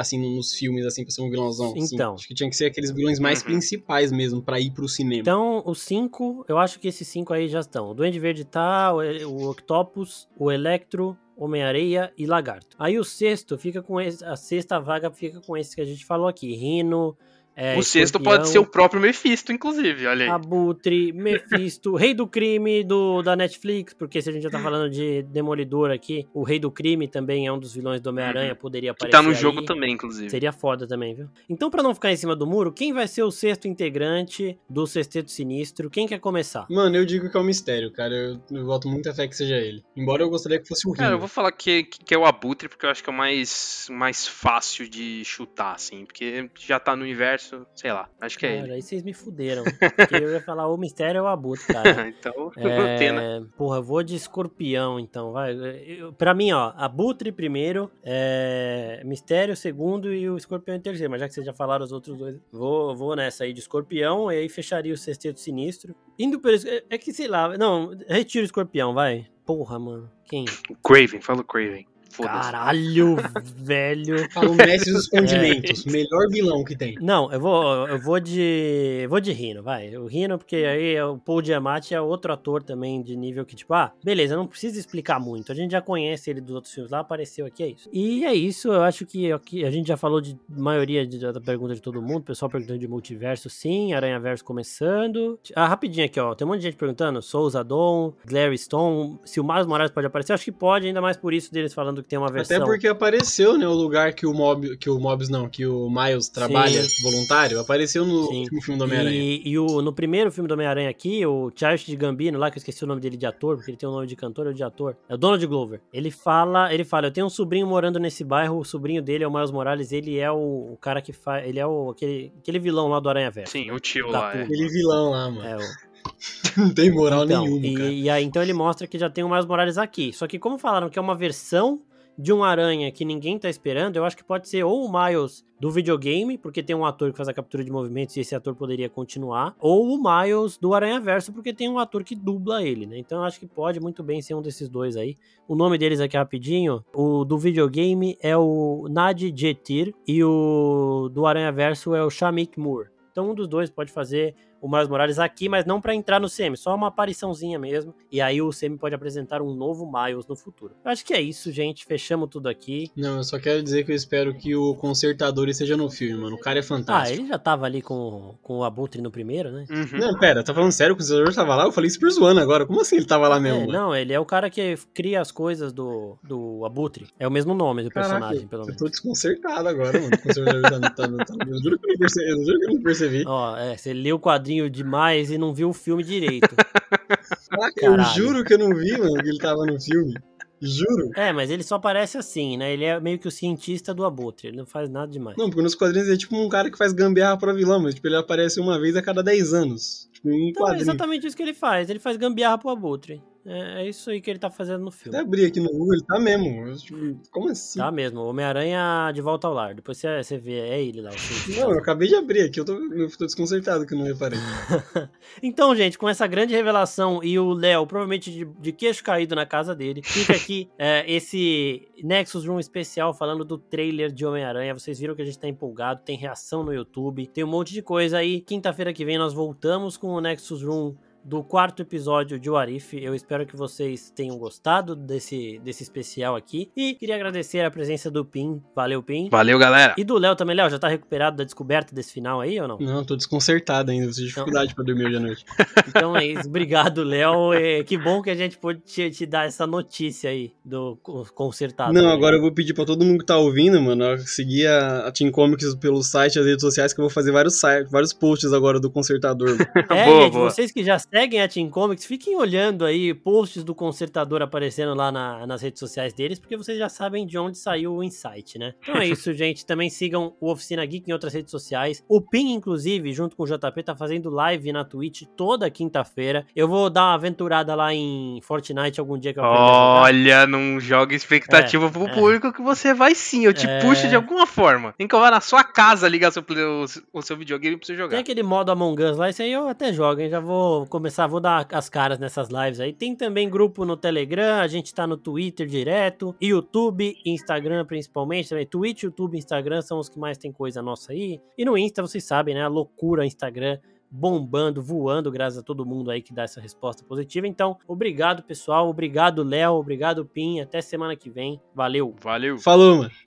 assim, nos filmes, assim, pra ser um vilãozão. Assim. Então. Acho que tinha que ser aqueles vilões mais Uhum. principais mesmo, pra ir pro cinema. Então, os cinco, eu acho que esses cinco aí já estão. O Duende Verde tá, o, o Octopus, o Electro, Homem-Areia e Lagarto. Aí o sexto fica com esse, a sexta vaga fica com esse que a gente falou aqui, Rhino, é, O sexto Escorpião, pode ser o próprio Mephisto, inclusive, olha aí. Abutre, Mephisto, Rei do Crime do, da Netflix, porque se a gente já tá falando de Demolidor aqui, o Rei do Crime também é um dos vilões do Homem-Aranha, Uhum. poderia Que aparecer tá no aí. jogo também, inclusive. Seria foda também, viu? Então, pra não ficar em cima do muro, quem vai ser o sexto integrante do Sexteto Sinistro? Quem quer começar? Mano, eu digo que é um mistério, cara. Eu, eu boto muita fé que seja ele. Embora eu gostaria que fosse o Rino. Cara, eu vou falar que, que é o Abutre, porque eu acho que é o mais, mais fácil de chutar, assim. Porque já tá no universo, sei lá, acho que é Cara, ele. aí vocês me fuderam. Porque eu ia falar o mistério é o Abutre, cara. Então, É, pena. porra, eu vou de Escorpião, então, vai. Eu, pra mim, ó, Abutre primeiro, é, Mistério segundo e o Escorpião em terceiro. Mas já que vocês já falaram os outros dois, vou, vou nessa aí de Escorpião, e aí fecharia o Sexteto Sinistro. Indo pelo... É, é que, sei lá, não, retira o Escorpião, vai. Porra, mano, quem? O Craven, fala o Craven. Foda-se. Caralho, velho. Fala o Mestre dos Escondimentos. Melhor vilão que tem. Não, eu vou, eu vou de. Eu vou de Rhino, vai. O Rhino, porque aí o Paul Giamatti é outro ator também de nível que, tipo, ah, beleza, não precisa explicar muito. A gente já conhece ele dos outros filmes lá, apareceu aqui, é isso. E é isso, eu acho que aqui, a gente já falou de maioria de, da pergunta de todo mundo. O pessoal perguntando de multiverso, sim. Aranha Verso começando. Ah, rapidinho aqui, ó. Tem um monte de gente perguntando. Souza Dawn, Glary Stone. Se o Miles Morales pode aparecer, eu acho que pode, ainda mais por isso deles falando que tem uma versão. Até porque apareceu, né, o lugar que o Mob, que o Mobius não, que o Miles trabalha Sim. voluntário, apareceu no Sim. último filme do Homem-Aranha. E, e o, no primeiro filme do Homem-Aranha aqui, o Charles de Gambino, lá que eu esqueci o nome dele de ator, porque ele tem o nome de cantor ou de ator, é o Donald Glover. Ele fala, ele fala, eu tenho um sobrinho morando nesse bairro, o sobrinho dele é o Miles Morales, ele é o, o cara que faz, ele é o, aquele, aquele vilão lá do Aranha Verso. Sim, né? o tio Da lá, é. turma. Aquele vilão lá, mano. É, o... Não tem moral Então, nenhuma, cara. e, e aí, então ele mostra que já tem o Miles Morales aqui. Só que como falaram que é uma versão de um Aranha que ninguém tá esperando, eu acho que pode ser ou o Miles do videogame, porque tem um ator que faz a captura de movimentos e esse ator poderia continuar, ou o Miles do Aranha Verso, porque tem um ator que dubla ele, né? Então eu acho que pode muito bem ser um desses dois aí. O nome deles aqui rapidinho, o do videogame é o Nadi Jeter e o do Aranha Verso é o Shamik Moore. Então um dos dois pode fazer o Miles Morales aqui, mas não pra entrar no C M, só uma apariçãozinha mesmo, e aí o C M pode apresentar um novo Miles no futuro. Eu acho que é isso, gente, fechamos tudo aqui. Não, eu só quero dizer que eu espero que o Consertador esteja no filme, mano. O cara é Ah, fantástico. ele já tava ali com, com o Abutre no primeiro, né? Uhum. Não, pera, tá falando sério que o Consertador tava lá? Eu falei super zoando agora. Como assim ele tava lá mesmo, É, mano? não, ele é o cara que cria as coisas do, do Abutre. É o mesmo nome do Caraca, personagem, pelo eu menos. tô desconcertado agora, mano. O Consertador tá, tá, tá, tá, eu juro que eu não percebi. Eu juro que eu não percebi. Ó, é, você leu o quadrinho demais e não viu o filme direito. Caraca, eu Caralho. juro que eu não vi, mano, que ele tava no filme. Juro. É, mas ele só aparece assim, né? Ele é meio que o cientista do Abutre, ele não faz nada demais. Não, porque nos quadrinhos ele é tipo um cara que faz gambiarra pra vilão, mas tipo, ele aparece uma vez a cada dez anos. Tipo, em um Então é quadrinho. exatamente isso que ele faz, ele faz gambiarra pro Abutre. É, é isso aí que ele tá fazendo no filme. Até abri aqui no Google, ele tá mesmo. Eu, tipo, como assim? Tá mesmo, Homem-Aranha de volta ao lar. Depois você, você vê, é ele lá. O cientista. Não, eu acabei de abrir aqui, eu tô, eu tô desconcertado que eu não reparei. Então, gente, com essa grande revelação e o Léo provavelmente de, de queixo caído na casa dele, fica aqui é, esse Nexus Room especial falando do trailer de Homem-Aranha. Vocês viram que a gente tá empolgado, tem reação no YouTube, tem um monte de coisa aí. Quinta-feira que vem nós voltamos com o Nexus Room do quarto episódio de What If. Eu espero que vocês tenham gostado desse, desse especial aqui. E queria agradecer a presença do Pim. Valeu, Pim. Valeu, galera. E do Léo também. Léo, já tá recuperado da descoberta desse final aí ou não? Não, tô desconcertado ainda, eu preciso de dificuldade pra dormir hoje à noite. Então é isso. Obrigado, Léo. É, que bom que a gente pôde te, te dar essa notícia aí do co- consertador. Não, agora eu vou pedir pra todo mundo que tá ouvindo, mano, a seguir a, a Team Comics pelo site e as redes sociais, que eu vou fazer vários, sites, vários posts agora do Consertador. Mano. É, Boa, gente, boa. vocês que já seguem a Team Comics, fiquem olhando aí posts do Consertador aparecendo lá na- nas redes sociais deles, porque vocês já sabem de onde saiu o insight, né? Então é isso, gente. Também sigam o Oficina Geek em outras redes sociais. O Pin, inclusive, junto com o J P, tá fazendo live na Twitch toda quinta-feira. Eu vou dar uma aventurada lá em Fortnite algum dia que eu aprender a jogar. Olha, não joga expectativa É, pro é. público que você vai sim. Eu te É. puxo de alguma forma. Tem que eu vá na sua casa ligar seu, play- o, o seu videogame pra você Tem jogar. aquele modo Among Us lá, esse aí eu até jogo, hein? Já vou começar começar, vou dar as caras nessas lives aí. Tem também grupo no Telegram, a gente tá no Twitter direto, YouTube, Instagram principalmente, também Twitch, YouTube, Instagram são os que mais tem coisa nossa aí. E no Insta, vocês sabem, né, a loucura Instagram bombando, voando, graças a todo mundo aí que dá essa resposta positiva. Então, obrigado, pessoal, obrigado, Léo, obrigado, Pim, até semana que vem. Valeu. Valeu. Falou, mano.